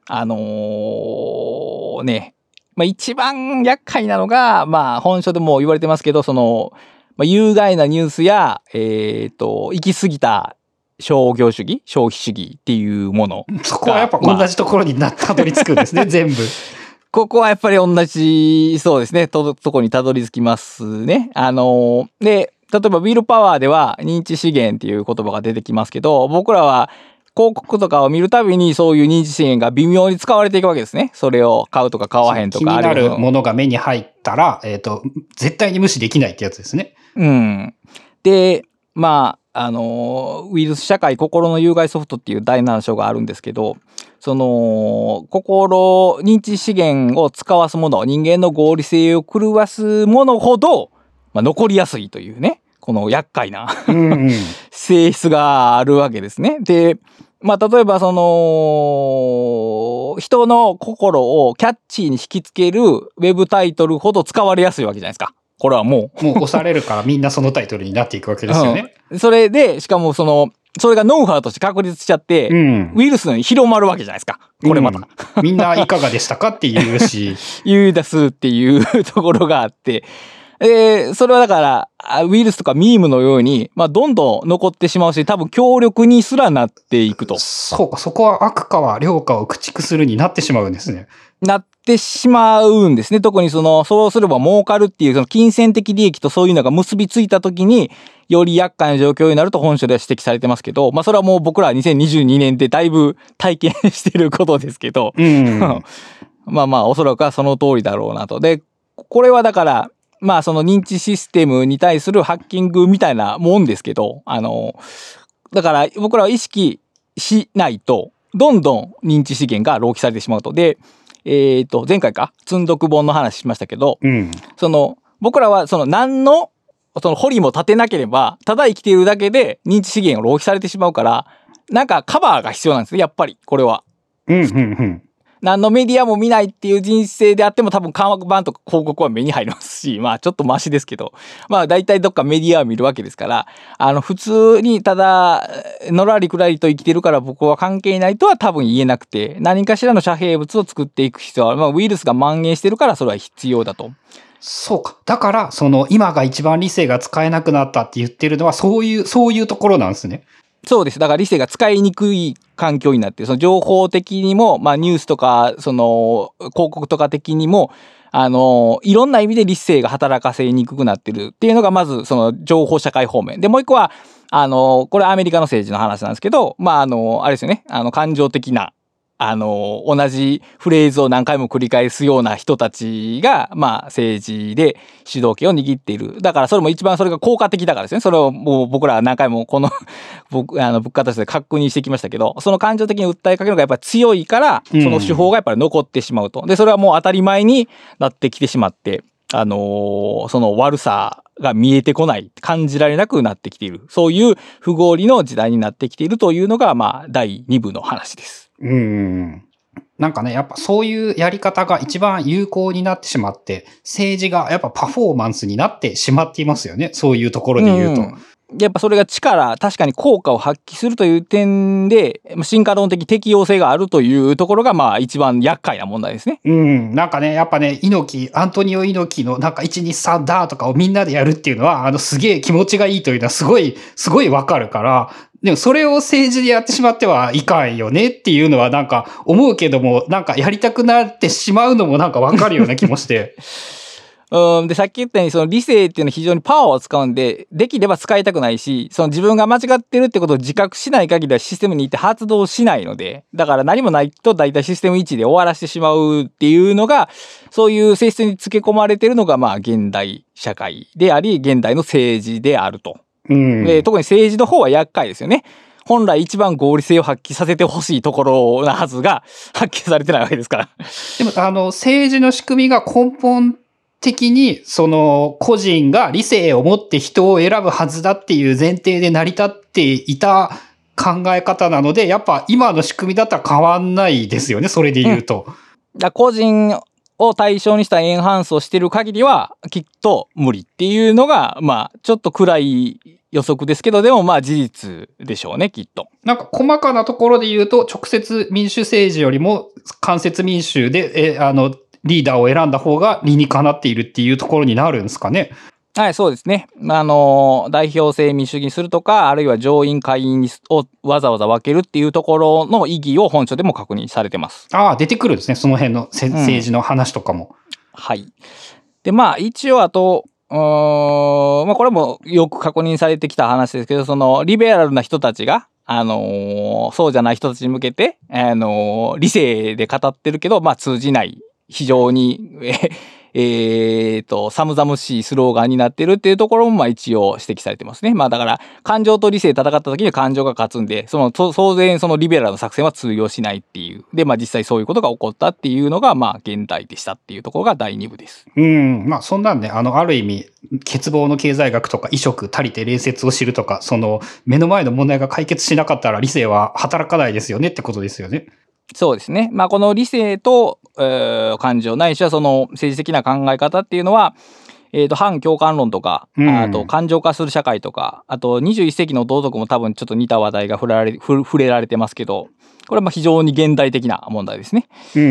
まあ一番厄介なのが、まあ本書でも言われてますけど、まあ、有害なニュースや、行き過ぎた商業主義、消費主義っていうもの。 そこはやっぱ同じところにたどり着くんですね、全部。 ここはやっぱり同じ、そうですね、とこにたどり着きますね。で、例えばウィルパワーでは認知資源っていう言葉が出てきますけど、僕らは広告とかを見るたびにそういう認知資源が微妙に使われていくわけですね。それを買うとか買わへんとか。 気になるものが目に入ったら、絶対に無視できないってやつですね。 で、まあ、ウイルス社会心の有害ソフトっていう第7章があるんですけど、認知資源を使わすもの、人間の合理性を狂わすものほど、まあ、残りやすいというね、この厄介な性質があるわけですね。で、まあ、例えば人の心をキャッチーに引きつけるウェブタイトルほど使われやすいわけじゃないですか。これはもう押されるからみんなそのタイトルになっていくわけですよね。 それで、しかもそれがノウハウとして確立しちゃって、ウイルスのように広まるわけじゃないですか。これまた。 みんないかがでしたかって言うし。 言うですっていうところがあって、それはだから、ウイルスとかミームのように、まあ、どんどん残ってしまうし、多分強力にすらなっていくと。 そうか、そこは悪かは良かを駆逐するになってしまうんですね。 なってしまうんですね。特にそうすれば儲かるっていう、金銭的利益とそういうのが結びついたときに、より厄介な状況になると本書では指摘されてますけど、まあそれはもう僕らは2022年でだいぶ体験してることですけど、まあまあおそらくはその通りだろうなと。で、これはだから、まあその認知システムに対するハッキングみたいなもんですけど、だから僕らは意識しないと、どんどん認知資源が浪費されてしまうと。で、前回か、積んどく本の話しましたけど、僕らは何の、掘りも立てなければ、ただ生きているだけで認知資源を浪費されてしまうから、なんかカバーが必要なんですね、やっぱり、これは。何のメディアも見ないっていう人生であっても多分看板とか広告は目に入りますし、まあちょっとマシですけど、まあ大体どっかメディアを見るわけですから、普通にただ、のらりくらりと生きてるから僕は関係ないとは多分言えなくて、何かしらの遮蔽物を作っていく必要は、まあウイルスが蔓延してるからそれは必要だと。 そうか。だから、今が一番理性が使えなくなったって言ってるのは、そういうところなんですね。 そうです。だから理性が使いにくい環境になって、情報的にも、まあニュースとか、広告とか的にも、いろんな意味で理性が働かせにくくなってるっていうのが、まず、情報社会方面。で、もう一個は、これアメリカの政治の話なんですけど、まああれですよね。感情的な、同じフレーズを何回も繰り返すような人たちが、まあ、政治で主導権を握っている。だからそれも一番それが効果的だからですね。それをもう僕らは何回も物価として確認してきましたけど、その感情的に訴えかけるのがやっぱり強いから、その手法がやっぱり残ってしまうと。で、それはもう当たり前になってきてしまって、その悪さが見えてこない、感じられなくなってきている。そういう不合理の時代になってきているというのが、まあ、第2部の話です。 なんかね、やっぱそういうやり方が一番有効になってしまって、政治がやっぱパフォーマンスになってしまっていますよね。そういうところで言うと。 やっぱそれが確かに効果を発揮するという点で、進化論的適用性があるというところが、まあ一番厄介な問題ですね。 なんかね、やっぱね、アントニオ猪木のなんか1、2、3だとかをみんなでやるっていうのは、すげえ気持ちがいいというのはすごいわかるから、でもそれを政治でやってしまってはいかんよねっていうのはなんか思うけども、なんかやりたくなってしまうのもなんかわかるような気もして。 で、さっき言ったように、その理性っていうのは非常にパワーを使うんで、できれば使いたくないし、その自分が間違ってるってことを自覚しない限りはシステムに行って発動しないので、だから何もないと大体システム1で終わらせてしまうっていうのが、そういう性質につけ込まれてるのが、まあ、現代社会であり、現代の政治であると。で、特に政治の方は厄介ですよね。本来一番合理性を発揮させてほしいところなはずが、発揮されてないわけですから。 でも、政治の仕組みが根本的に、その、個人が理性を持って人を選ぶはずだっていう前提で成り立っていた考え方なので、やっぱ今の仕組みだったら変わんないですよね、それで言うと。 個人を対象にしたエンハンスをしている限りは、きっと無理っていうのが、まあ、ちょっと暗い予測ですけど、でもまあ事実でしょうね、きっと。 なんか細かなところで言うと、直接民主政治よりも間接民主で、リーダーを選んだ方が理にかなっているっていうところになるんですかね。 はい、そうですね。代表制民主主義にするとか、あるいは上院下院をわざわざ分けるっていうところの意義を本書でも確認されてます。 ああ、出てくるんですね。その辺の政治の話とかも。 はい。で、まあ、一応あと、まあ、これもよく確認されてきた話ですけど、その、リベラルな人たちが、そうじゃない人たちに向けて、理性で語ってるけど、まあ、通じない、非常に、寒々しいスローガンになってるっていうところも、まあ一応指摘されてますね。まあだから、感情と理性戦った時には感情が勝つんで、当然そのリベラルの作戦は通用しないっていう。で、まあ実際そういうことが起こったっていうのが、まあ現代でしたっていうところが第2部です。 まあそんなんで、ある意味、欠乏の経済学とか衣食足りて礼節を知るとか、その目の前の問題が解決しなかったら理性は働かないですよねってことですよね。 そうですね。まあこの理性と、感情ないしはその政治的な考え方っていうのは、反共感論とか、あと感情化する社会とか、あと21世紀の道徳も多分ちょっと似た話題が触れられてますけど、これはまあ非常に現代的な問題ですね。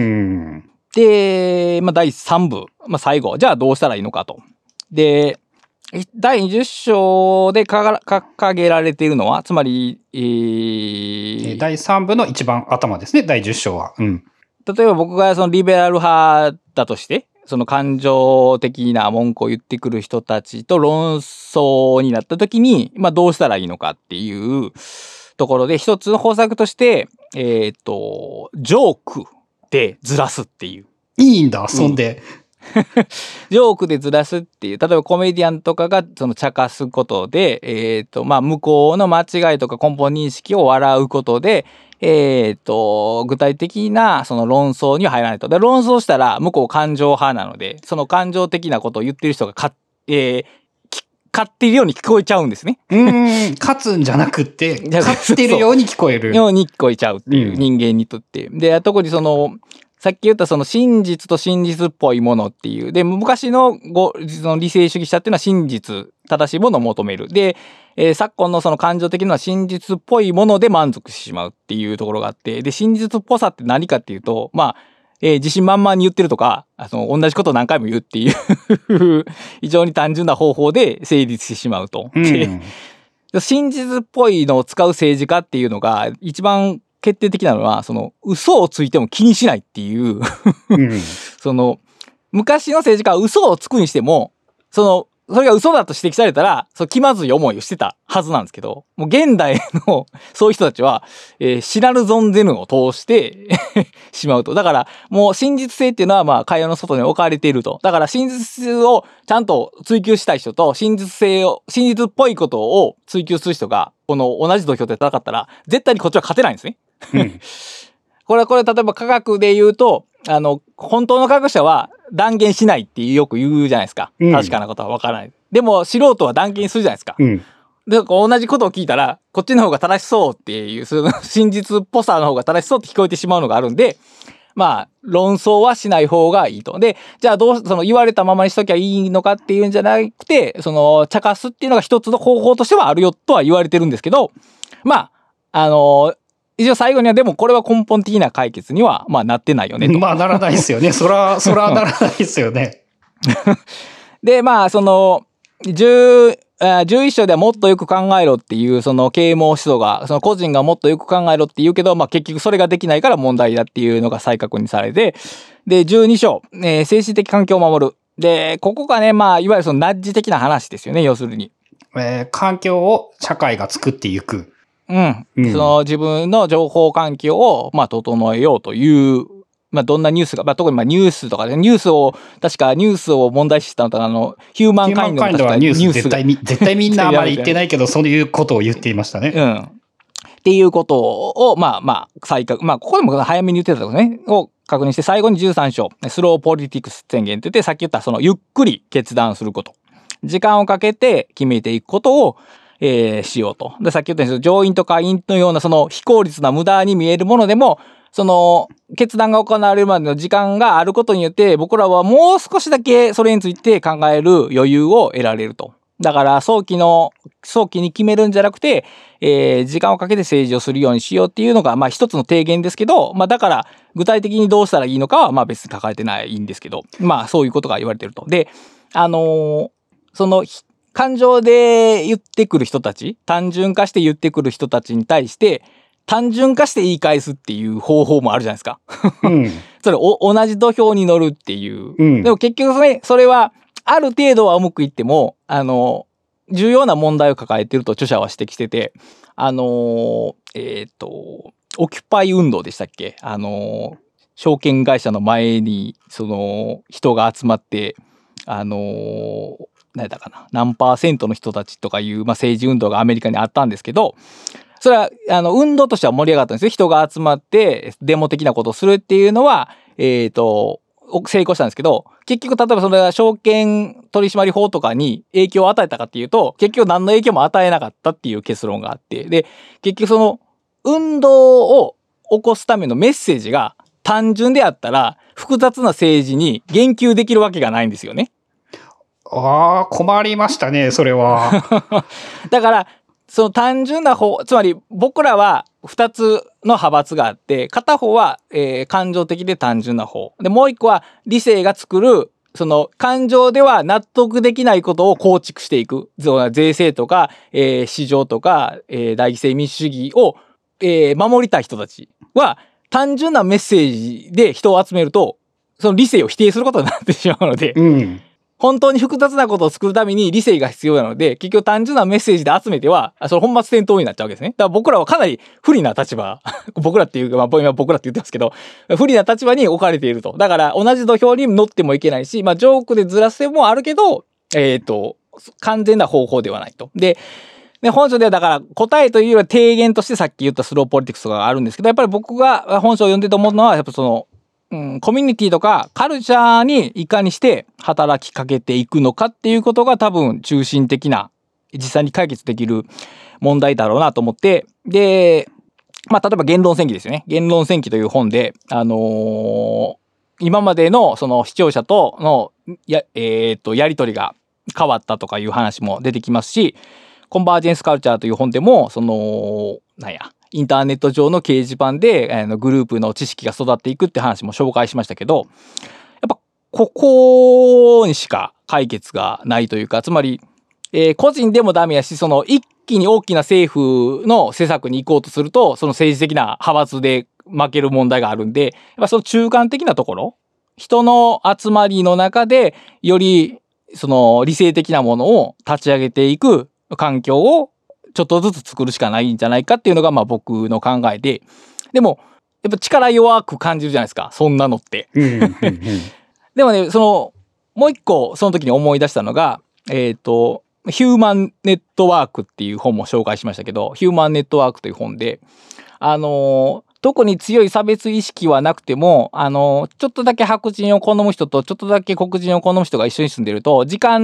で、まあ第3部、まあ最後、じゃあどうしたらいいのかと。で、第20章で掲げられているのは、つまり、 第3部の一番頭ですね、第10章は。 例えば僕がそのリベラル派だとして、その感情的な文句を言ってくる人たちと論争になった時に、まあどうしたらいいのかっていうところで、一つの方策として、ジョークでずらすっていう。 いいんだ、そんで。 ジョークでずらすっていう、例えばコメディアンとかがその茶化すことで、まあ向こうの間違いとか根本認識を笑うことで、具体的なその論争には入らないと。で、論争したら向こう感情派なので、その感情的なことを言ってる人が勝っているように聞こえちゃうんですね。 勝つんじゃなくって、勝ってるように聞こえる。 ように聞こえちゃうっていう人間にとって。で、特にその、さっき言ったその真実と真実っぽいものっていう。で、昔のその理性主義者っていうのは真実、正しいものを求める。で、昨今のその感情的なのは真実っぽいもので満足してしまうっていうところがあって。で、真実っぽさって何かっていうと、まあ、自信満々に言ってるとか、同じことを何回も言うっていう非常に単純な方法で成立してしまうと。真実っぽいのを使う政治家っていうのが一番決定的なのは、その嘘をついても気にしないっていうその昔の政治家は嘘をつくにしても、それが嘘だと指摘されたら、気まずい思いをしてたはずなんですけど、もう現代のそういう人たちは、知らぬ存ぜぬを通してしまうと。だから、もう真実性っていうのは、まあ、会話の外に置かれていると。だから、真実をちゃんと追求したい人と、真実っぽいことを追求する人が、この同じ土俵で戦ったら、絶対にこっちは勝てないんですね。これ、例えば科学で言うと、本当の科学者は断言しないってよく言うじゃないですか。確かなことはわからない。 でも素人は断言するじゃないですか。 うん。 で、同じことを聞いたら、こっちの方が正しそうっていう、その真実っぽさの方が正しそうって聞こえてしまうのがあるんで、まあ、論争はしない方がいいと。で、じゃあその言われたままにしときゃいいのかっていうんじゃなくて、その、茶化すっていうのが一つの方法としてはあるよとは言われてるんですけど、まあ、一応最後にはでもこれは根本的な解決には、まあなってないよねと。 まあ、ならないですよね。そらならないですよね。 で、まあ、その、11章ではもっとよく考えろっていう、その啓蒙思想が、その個人がもっとよく考えろって言うけど、まあ結局それができないから問題だっていうのが再確認されて、で、12章、精神的環境を守る。で、ここがね、まあ、いわゆるそのナッジ的な話ですよね、要するに。 環境を社会が作っていく。 うん。その自分の情報環境を、まあ、整えようという、まあ、どんなニュースが、まあ、特にまあニュースとかで、ニュースを問題視したのは、ヒューマンカインドの確かニュース絶対みんなあまり言ってないけど、そういうことを言っていましたね。 うん。っていうことを、まあ、ここでも早めに言ってたことね、を確認して、最後に13章、スローポリティクス宣言って言って、さっき言ったそのゆっくり決断すること。時間をかけて決めていくことを、しようと。で、さっき言ったように、上院と下院のようなその非効率な無駄に見えるものでも、その決断が行われるまでの時間があることによって、僕らはもう少しだけそれについて考える余裕を得られると。だから早期に決めるんじゃなくて、時間をかけて政治をするようにしようっていうのが、まあ一つの提言ですけど、まあだから具体的にどうしたらいいのかは、まあ別に書かれてないんですけど、まあそういうことが言われてると。で、その感情で言ってくる人たち、単純化して言ってくる人たちに対して、単純化して言い返すっていう方法もあるじゃないですか。 うん、 それ同じ土俵に乗るっていう。 うん、 でも結局ね、それはある程度はうまくいっても、重要な問題を抱えてると著者は指摘してて、オキュパイ運動でしたっけ？証券会社の前に、その、人が集まって、何だかな、何%の人たちとかいう、まあ、政治運動がアメリカにあったんですけど、それは運動としては盛り上がったんですよ。人が集まってデモ的なことをするっていうのは成功したんですけど、結局例えばそれが証券取締法とかに影響を与えたかっていうと、結局何の影響も与えなかったっていう結論があって、で結局その運動を起こすためのメッセージが単純であったら複雑な政治に言及できるわけがないんですよね。 ああ、困りましたね、それは。 だからその単純な方、つまり僕らは2つの派閥があって、片方は、感情的で単純な方。で、もう一個は理性が作る、その感情では納得できないことを構築していく。税制とか、市場とか、代議制民主主義を、守りたい人たちは、単純なメッセージで人を集めると、その理性を否定することになってしまうので、 うん、 本当に複雑なことを作るために理性が必要なので、結局単純なメッセージで集めては、その本末転倒になっちゃうわけですね。だから僕らはかなり不利な立場、僕らっていうか、まあ今僕らって言ってますけど、不利な立場に置かれていると。だから同じ土俵に乗ってもいけないし、まあジョークでずらせもあるけど、完全な方法ではないと。で、本書ではだから答えというよりは提言としてさっき言ったスローポリティクスとかがあるんですけど、やっぱり僕が本書を読んでて思うのは、やっぱその、コミュニティとかカルチャーにいかにして働きかけていくのかっていうことが多分中心的な実際に解決できる問題だろうなと思って、で、まあ例えば言論戦記ですよね。言論戦記という本で、今までのその視聴者とのやり取りが変わったとかいう話も出てきますし、コンバージェンスカルチャーという本でもそのインターネット上の掲示板でグループの知識が育っていくって話も紹介しましたけど、やっぱここにしか解決がないというか、つまり、個人でもダメやし、その一気に大きな政府の施策に行こうとすると、その政治的な派閥で負ける問題があるんで、やっぱその中間的なところ、人の集まりの中でよりその理性的なものを立ち上げていく環境をちょっとずつ作るしかないんじゃないかっていうのがまあ僕の考えで、でもやっぱ力弱く感じるじゃないですか、そんなのって。でもね、そのもう一個その時に思い出したのが、ヒューマンネットワークっていう本も紹介しましたけど、ヒューマンネットワークという本で、特に強い差別意識はなくても、ちょっとだけ白人を好む人とちょっとだけ黒人を好む人が一緒に住んでると、時間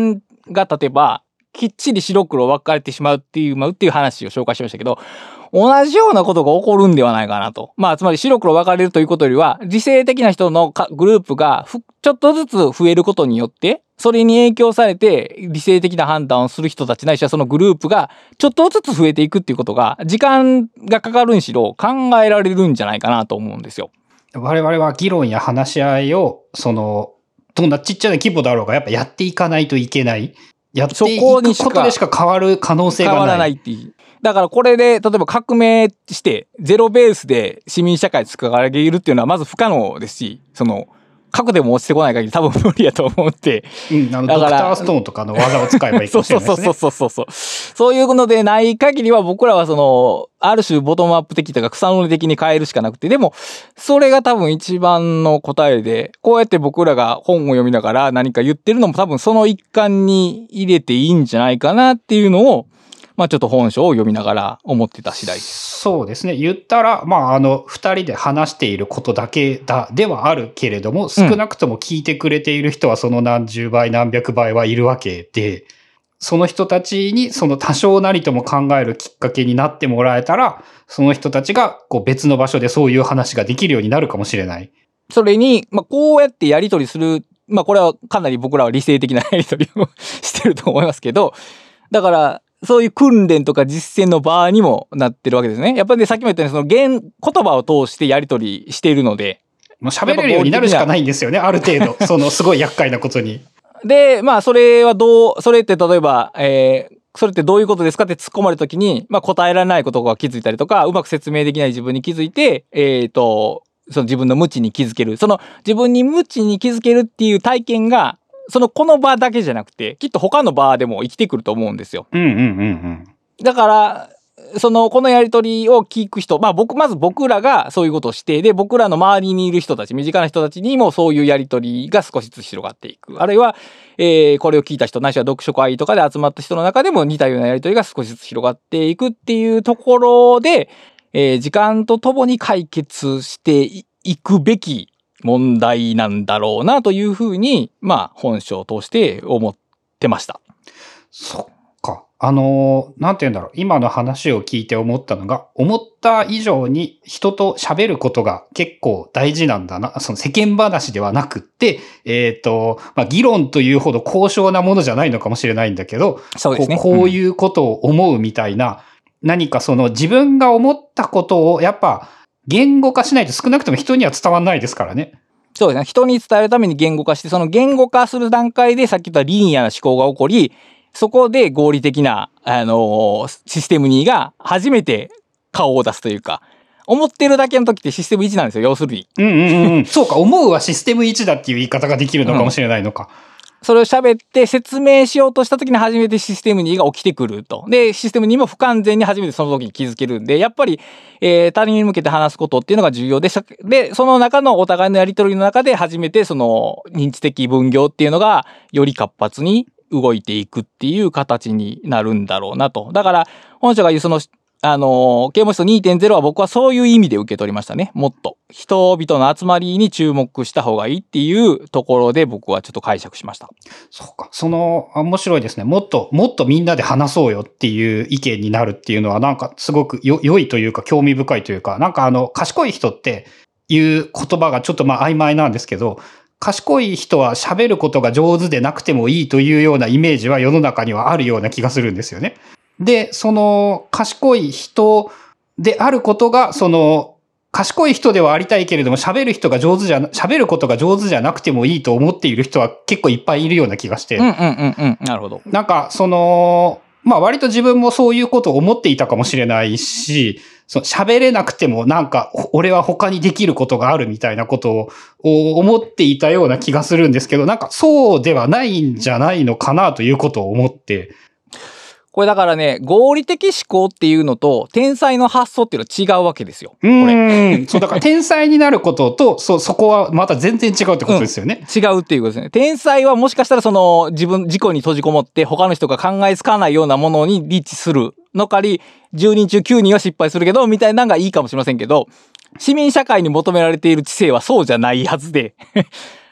が例えばきっちり白黒分かれてしまうっていう話を紹介しましたけど、同じようなことが起こるんではないかなと。つまり白黒分かれるということよりは、理性的な人のグループがちょっとずつ増えることによって、それに影響されて理性的な判断をする人たちないしはそのグループがちょっとずつ増えていくっていうことが、時間がかかるにしろ考えられるんじゃないかなと思うんですよ。 我々は議論や話し合いを、どんなちっちゃな規模だろうがやっぱやっていかないといけない。やっていくことでしか変わる可能性がない。 変わらないっていう。だからこれで、例えば革命して、ゼロベースで市民社会作られるっていうのはまず不可能ですし、核でも落ちてこない限り多分無理やと思って。 ドクターストーンとかの技を使えばいいかもしれないですね。 そういうのでない限りは僕らはある種ボトムアップ的というか草の根的に変えるしかなくて、でも、それが多分一番の答えで、こうやって僕らが本を読みながら何か言ってるのも多分その一環に入れていいんじゃないかなっていうのを、ちょっと本書を読みながら思ってた次第です。 そうですね。言ったら、二人で話していることだけではあるけれども、少なくとも聞いてくれている人はその何十倍何百倍はいるわけで、その人たちに多少なりとも考えるきっかけになってもらえたら、その人たちが別の場所でそういう話ができるようになるかもしれない。 それに、こうやってやり取りする、これはかなり僕らは理性的なやり取りをしてると思いますけど、だから、そういう訓練とか実践の場にもなってるわけですね。やっぱりさっきも言ったように言葉を通してやり取りしているので。 もう喋れるようになるしかないんですよね、ある程度。すごい厄介なことに。 で、それって例えば、それってどういうことですかって突っ込まれた時に、答えられないことが気づいたりとか、うまく説明できない自分に気づいて、自分の無知に気づける。自分に無知に気づけるっていう体験が、この場だけじゃなくて、きっと他の場でも生きてくると思うんですよ。だから、このやりとりを聞く人、まず僕らがそういうことをして、で、僕らの周りにいる人たち、身近な人たちにもそういうやりとりが少しずつ広がっていく。あるいは、これを聞いた人、ないしは読書会とかで集まった人の中でも似たようなやりとりが少しずつ広がっていくっていうところで、時間とともに解決していくべき問題なんだろうなというふうに、本書を通して思ってました。 そっか。なんて言うんだろう。今の話を聞いて思ったのが、思った以上に人と喋ることが結構大事なんだな。世間話ではなくって、議論というほど高尚なものじゃないのかもしれないんだけど、 そうですね。 こういうことを思うみたいな、何か自分が思ったことをやっぱ言語化しないと少なくとも人には伝わらないですからね。 そうですね。人に伝えるために言語化して、その言語化する段階でさっき言ったリニアな思考が起こり、そこで合理的な、システム2が初めて顔を出すというか、思ってるだけの時ってシステム1なんですよ、要するに。 そうか、思うはシステム1だっていう言い方ができるのかもしれないのか。 それを喋って説明しようとした時に初めてシステム2が起きてくると。で、システム2も不完全に初めてその時に気づけるんで、やっぱり、他人に向けて話すことっていうのが重要で、で、その中のお互いのやり取りの中で初めて認知的分業っていうのがより活発に動いていくっていう形になるんだろうなと。だから、本書が言う啓蒙思想 2.0 は僕はそういう意味で受け取りましたね。もっと。人々の集まりに注目した方がいいっていうところで僕はちょっと解釈しました。 そうか。面白いですね。もっとみんなで話そうよっていう意見になるっていうのはなんかすごく良いというか興味深いというか、なんか賢い人っていう言葉がちょっと曖昧なんですけど、賢い人は喋ることが上手でなくてもいいというようなイメージは世の中にはあるような気がするんですよね。で、賢い人であることが、賢い人ではありたいけれども、喋ることが上手じゃなくてもいいと思っている人は結構いっぱいいるような気がして。 なるほど。 なんか、割と自分もそういうことを思っていたかもしれないし、喋れなくてもなんか、俺は他にできることがあるみたいなことを思っていたような気がするんですけど、なんかそうではないんじゃないのかなということを思って、 これだからね、合理的思考っていうのと天才の発想っていうのは違うわけですよ。これ。 そう、だから天才になることと、そこはまた全然違うってことですよね。 違うっていうことですね。天才はもしかしたら自己に閉じこもって他の人が考えつかないようなものにリーチするのかり、10人中9人は失敗するけど、みたいなのがいいかもしれませんけど、市民社会に求められている知性はそうじゃないはずで、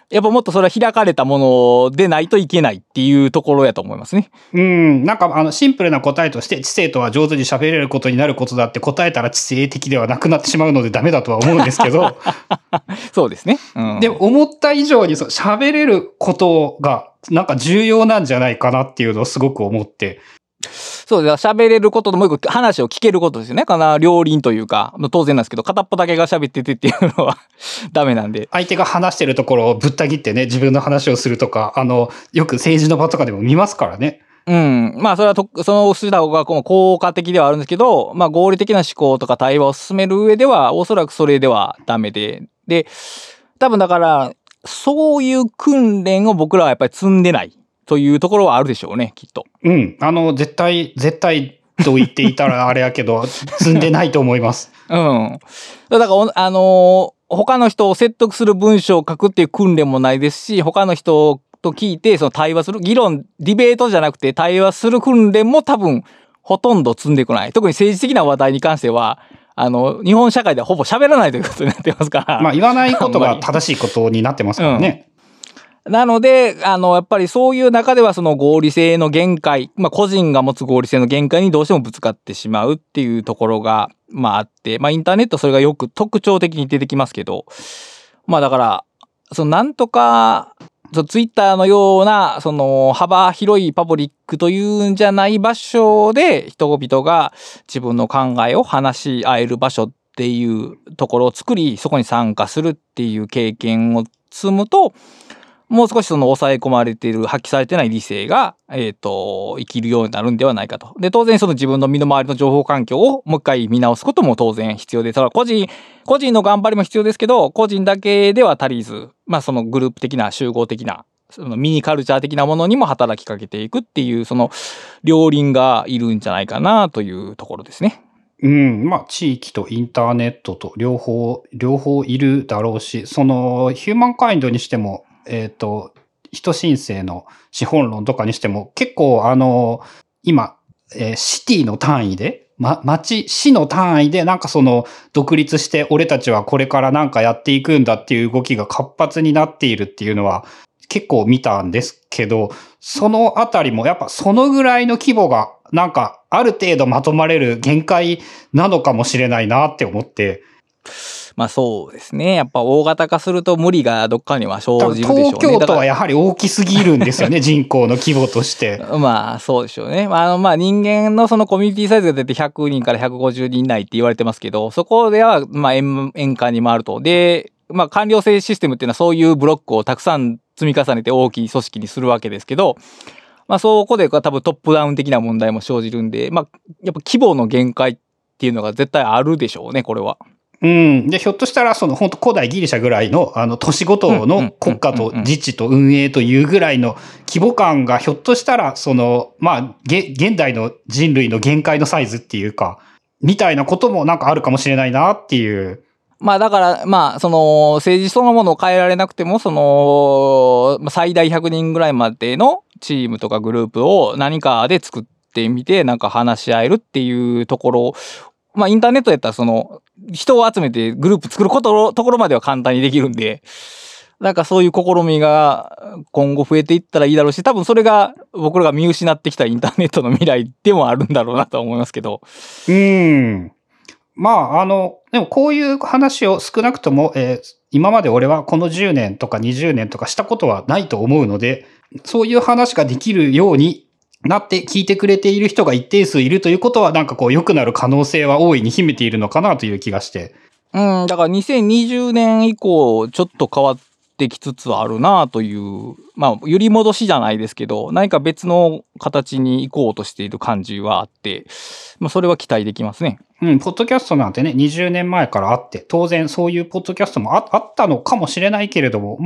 やっぱもっとそれは開かれたものでないといけないっていうところやと思いますね。 なんかシンプルな答えとして知性とは上手に喋れることになることだって答えたら知性的ではなくなってしまうのでダメだとは思うんですけど。 そうですね。 でも思った以上に喋れることがなんか重要なんじゃないかなっていうのをすごく思って。 そうです。喋れることともう一個話を聞けることですよね。両輪というか、当然なんですけど、片っぽだけが喋っててっていうのはダメなんで。 相手が話してるところをぶった切ってね、自分の話をするとか、よく政治の場とかでも見ますからね。 それはその手段が効果的ではあるんですけど、合理的な思考とか対話を進める上では、おそらくそれではダメで。で、多分だから、そういう訓練を僕らはやっぱり積んでないというところはあるでしょうね、きっと。 絶対と言っていたらあれやけど、積んでないと思います。 だから他の人を説得する文章を書くっていう訓練もないですし、他の人と聞いて、その対話する、ディベートじゃなくて対話する訓練も多分、ほとんど積んでこない。特に政治的な話題に関しては、日本社会ではほぼ喋らないということになってますから。 言わないことが正しいことになってますからね。 なので、やっぱりそういう中ではその合理性の限界、個人が持つ合理性の限界にどうしてもぶつかってしまうっていうところが、あって、インターネットそれがよく特徴的に出てきますけど、だから、なんとか、ツイッターのような、幅広いパブリックというんじゃない場所で、人々が自分の考えを話し合える場所っていうところを作り、そこに参加するっていう経験を積むと、もう少し抑え込まれている、発揮されてない理性が、生きるようになるんではないかと。で、当然自分の身の回りの情報環境をもう一回見直すことも当然必要で、個人の頑張りも必要ですけど、個人だけでは足りず、そのグループ的な集合的な、ミニカルチャー的なものにも働きかけていくっていう、両輪がいるんじゃないかなというところですね。 地域とインターネットと両方いるだろうし、ヒューマンカインドにしても、人申請の資本論とかにしても、結構今、シティの単位で、市の単位でなんか独立して俺たちはこれからなんかやっていくんだっていう動きが活発になっているっていうのは結構見たんですけど、そのあたりもやっぱそのぐらいの規模がなんかある程度まとまれる限界なのかもしれないなって思って。 そうですね。やっぱ大型化すると無理がどっかには生じるでしょうね。 東京都はやはり大きすぎるんですよね、人口の規模として。 そうでしょうね。人間のコミュニティサイズが出て100人から150人以内って言われてますけど、そこでは円環に回ると。で、官僚制システムっていうのはそういうブロックをたくさん積み重ねて大きい組織にするわけですけど、そこで多分トップダウン的な問題も生じるんで、やっぱ規模の限界っていうのが絶対あるでしょうね、これは。 で、ひょっとしたら、本当古代ギリシャぐらいの、都市ごとの国家と自治と運営というぐらいの規模感が、ひょっとしたら、現代の人類の限界のサイズっていうか、みたいなこともなんかあるかもしれないなっていう。 だから、政治そのものを変えられなくても、最大100人ぐらいまでのチームとかグループを何かで作ってみて、なんか話し合えるっていうところ、インターネットやったら人を集めてグループ作るところまでは簡単にできるんで、なんかそういう試みが今後増えていったらいいだろうし、多分それが僕らが見失ってきたインターネットの未来でもあるんだろうなと思いますけど。 でもこういう話を少なくとも、今まで俺はこの10年とか20年とかしたことはないと思うので、そういう話ができるようになって聞いてくれている人が一定数いるということは、なんか良くなる可能性は大いに秘めているのかなという気がして。 だから2020年以降、ちょっと変わってきつつあるなという、揺り戻しじゃないですけど、何か別の形に行こうとしている感じはあって、それは期待できますね。 ポッドキャストなんてね、20年前からあって、当然そういうポッドキャストもあったのかもしれないけれども、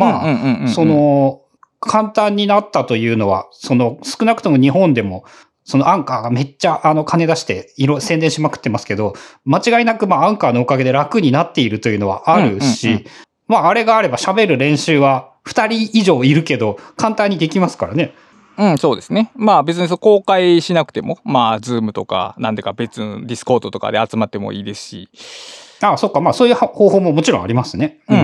簡単になったというのは、少なくとも日本でも、アンカーがめっちゃ金出して宣伝しまくってますけど、間違いなくアンカーのおかげで楽になっているというのはあるし、あれがあれば喋る練習は2人以上いるけど、簡単にできますからね。 そうですね。別に公開しなくても、ズームとか、なんでか別のディスコードとかで集まってもいいですし。 そっか、そういう方法ももちろんありますね。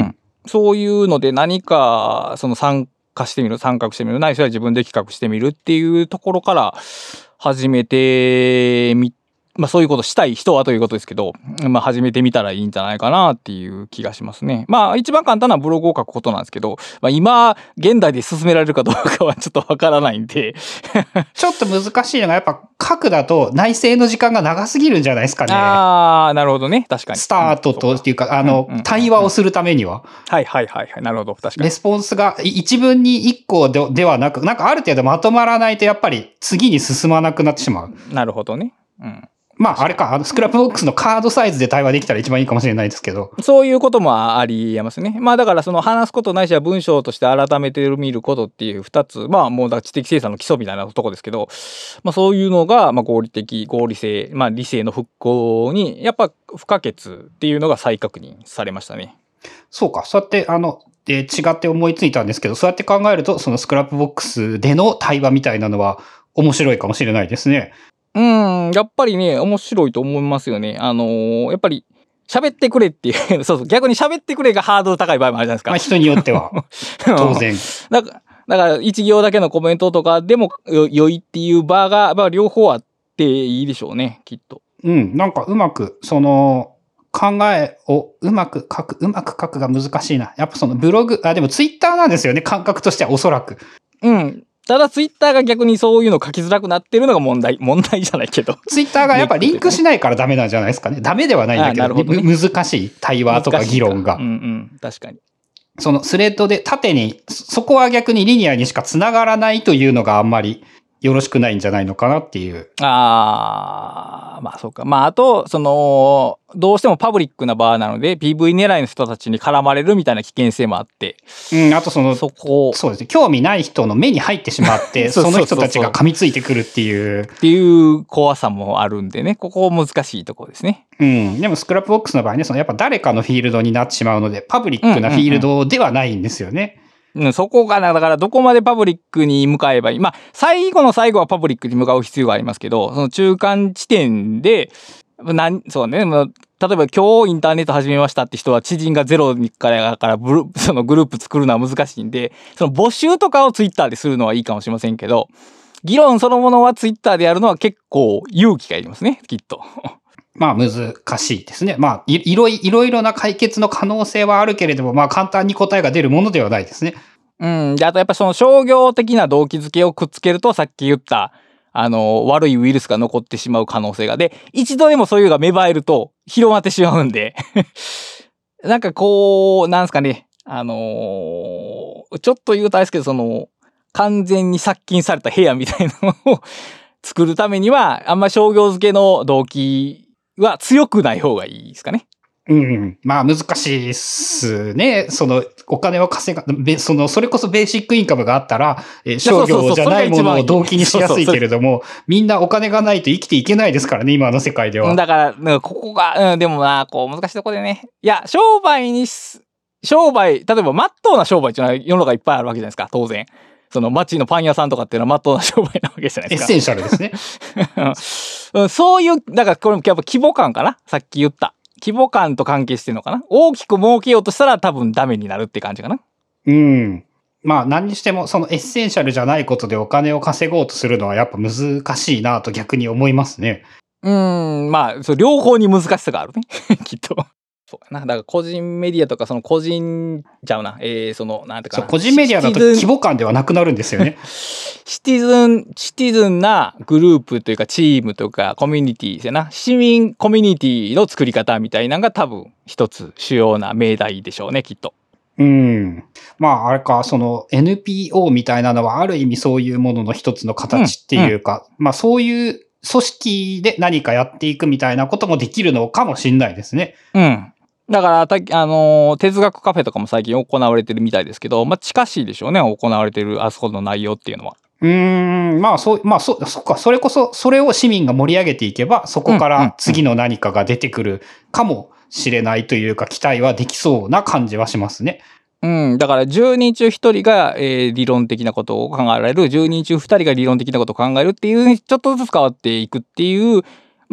そういうので何かその参画してみる、ないしは自分で企画してみるっていうところから始めてみ、まあそういうことしたい人はということですけど、まあ始めてみたらいいんじゃないかなっていう気がしますね。まあ一番簡単なブログを書くことなんですけど、まあ今、現代で進められるかどうかはちょっとわからないんで。 ちょっと難しいのがやっぱ書くだと内省の時間が長すぎるんじゃないですかね。 ああ、なるほどね。確かに。 スタートとっていうか、対話をするためには。 はいはいはいはい。なるほど。確かに。 レスポンスが一文に一個ではなく、なんかある程度まとまらないとやっぱり次に進まなくなってしまう。 なるほどね。うん。 まああれか、スクラップボックスのカードサイズで対話できたら一番いいかもしれないですけど。 そういうこともありえますね。まあだからその話すことないしは文章として改めてみることっていう二つ、まあもう知的生産の基礎みたいなとこですけど、まあそういうのが、まあ合理性、まあ理性の復興にやっぱ不可欠っていうのが再確認されましたね。 そうか、そうやって違って思いついたんですけど、そうやって考えると、そのスクラップボックスでの対話みたいなのは面白いかもしれないですね。 やっぱりね、面白いと思いますよね。やっぱり、喋ってくれっていう、そうそう、逆に喋ってくれがハードル高い場合もあるじゃないですか。 まあ人によっては、当然。 だから一行だけのコメントとかでも良いっていう場が、まあ両方あっていいでしょうね、きっと。 なんかうまく、考えをうまく書くが難しいな。やっぱそのブログ、でもツイッターなんですよね、感覚としてはおそらく。 ただツイッターが逆にそういうの書きづらくなってるのが問題じゃないけど。 ツイッターがやっぱリンクしないからダメなんじゃないですかね。ダメではないんだけど、ね、難しい対話とか議論が。 確かに。 そのスレッドで縦に、そこは逆にリニアにしか繋がらないというのがあんまりよろしくないんじゃないのかなっていう。 まあそうか。まああと、どうしてもパブリックな場なので PV 狙いの人たちに絡まれるみたいな危険性もあって。 あとそうですね。興味ない人の目に入ってしまって、その人たちが噛みついてくるっていう。 っていう怖さもあるんでね。ここ難しいところですね。 でもスクラップボックスの場合ね、やっぱ誰かのフィールドになってしまうので、パブリックなフィールドではないんですよね。 そこが、だからどこまでパブリックに向かえばいい。まあ、最後の最後はパブリックに向かう必要がありますけど、その中間地点で、そうね、例えば今日インターネット始めましたって人は知人がゼロからそのグループ作るのは難しいんで、その募集とかをツイッターでするのはいいかもしれませんけど、議論そのものはツイッターでやるのは結構勇気がいりますね、きっと。 まあ難しいですね。まあいろいろな解決の可能性はあるけれども、まあ簡単に答えが出るものではないですね。 で、あとやっぱその商業的な動機づけをくっつけるとさっき言った、悪いウイルスが残ってしまう可能性が。で、一度でもそういうのが芽生えると広まってしまうんで。なんかこう、なんすかね。ちょっと言うとあれですけど、完全に殺菌された部屋みたいなのを作るためには、あんま商業付けの動機は強くない方がいいですかね。 まあ難しいっすね。お金を稼が、それこそベーシックインカムがあったら、商業じゃないものを動機にしやすいけれども、みんなお金がないと生きていけないですからね、今の世界では。 だから、ここが、でもな、難しいとこでね。いや、例えば、まっとうな商売っていうのは世の中いっぱいあるわけじゃないですか、当然。街のパン屋さんとかっていうのはまっとうな商売なわけじゃないですか。 エッセンシャルですね。そういう、だからこれもやっぱ規模感かな、さっき言った。規模感と関係してるのかな。大きく儲けようとしたら多分ダメになるって感じかな。 まあ何にしてもそのエッセンシャルじゃないことでお金を稼ごうとするのはやっぱ難しいなと逆に思いますね。 まあ、両方に難しさがあるね。きっと。そうやな。だから個人メディアとか個人ちゃうな。なんていうかな。 個人メディアだと規模感ではなくなるんですよね。 シティズンなグループというかチームとかコミュニティですよな。市民コミュニティの作り方みたいなのが多分一つ主要な命題でしょうね、きっと。 まあ、あれか、NPO みたいなのはある意味そういうものの一つの形っていうか、まあそういう組織で何かやっていくみたいなこともできるのかもしれないですね。 だから、哲学カフェとかも最近行われてるみたいですけど、まあ近しいでしょうね、行われてるあそこの内容っていうのは。 そっか、それこそ、それを市民が盛り上げていけば、そこから次の何かが出てくるかもしれないというか、期待はできそうな感じはしますね。 だから10人中1人が、理論的なことを考えられる、10人中2人が理論的なことを考えるっていう、ちょっとずつ変わっていくっていう、まあ、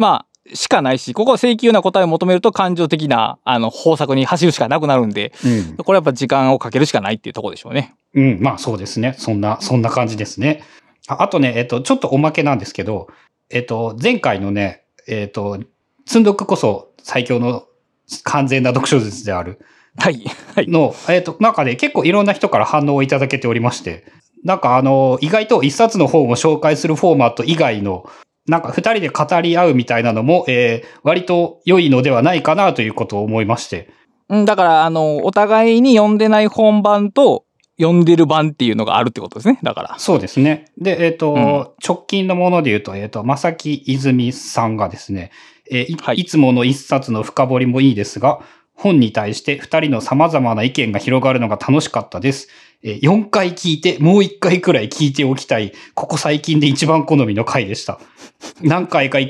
しかないし、ここは請求な答えを求めると感情的な方策に走るしかなくなるんで、これやっぱ時間をかけるしかないっていうところでしょうね。 まあそうですね。そんな感じですね。あとね、ちょっとおまけなんですけど、前回のね、積んどくこそ最強の完全な読書術である。 はい。はい。 の、なんかね、結構いろんな人から反応をいただけておりまして、なんか意外と一冊の本を紹介するフォーマット以外の、なんか二人で語り合うみたいなのも、割と良いのではないかなということを思いまして。 だから、お互いに読んでない本版と、読んでる版っていうのがあるってことですね。だから。 そうですね。で、直近のもので言うと、正木泉さんがですね、いつもの一冊の深掘りもいいですが、本に対して二人の様々な意見が広がるのが楽しかったです。4回聞いて、もう1回くらい聞いておきたい、ここ最近で一番好みの回でした。何回かに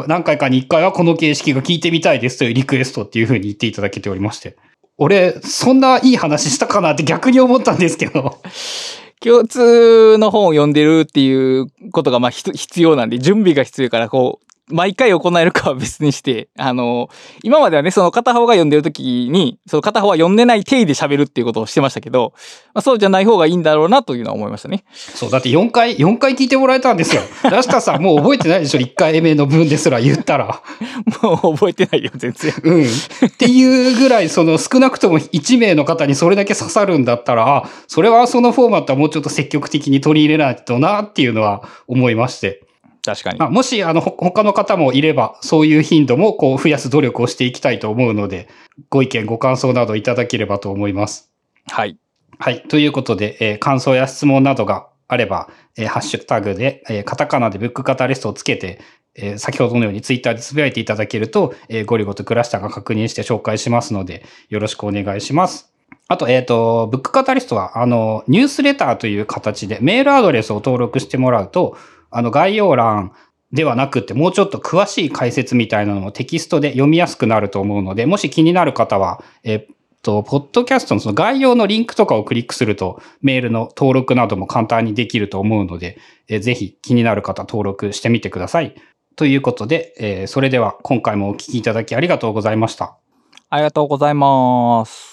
1回はこの形式が聞いてみたいですというリクエストっていう風に言っていただけておりまして。俺、そんないい話したかなって逆に思ったんですけど。 共通の本を読んでるっていうことがまあ必要なんで、準備が必要から毎回行えるかは別にして、今まではね、その片方が読んでる時に、その片方は読んでない体で喋るっていうことをしてましたけど、まあ、そうじゃない方がいいんだろうなというのは思いましたね。 そう、だって4回聞いてもらえたんですよ。ラシタさんもう覚えてないでしょ ?1 回目の分ですら言ったら。 もう覚えてないよ、全然。 っていうぐらい、少なくとも1名の方にそれだけ刺さるんだったら、それはそのフォーマットはもうちょっと積極的に取り入れないとなっていうのは思いまして。 確かに。 もし、他の方もいれば、そういう頻度も増やす努力をしていきたいと思うので、ご意見、ご感想などいただければと思います。 はい。 はい。ということで、感想や質問などがあれば、ハッシュタグで、カタカナでブックカタリストをつけて、先ほどのようにツイッターでつぶやいていただけると、ゴリゴとクラシタが確認して紹介しますので、よろしくお願いします。あと、ブックカタリストは、ニュースレターという形でメールアドレスを登録してもらうと、概要欄ではなくて、もうちょっと詳しい解説みたいなのもテキストで読みやすくなると思うので、もし気になる方は、ポッドキャストのその概要のリンクとかをクリックすると、メールの登録なども簡単にできると思うので、ぜひ気になる方登録してみてください。ということで、それでは今回もお聞きいただきありがとうございました。 ありがとうございます。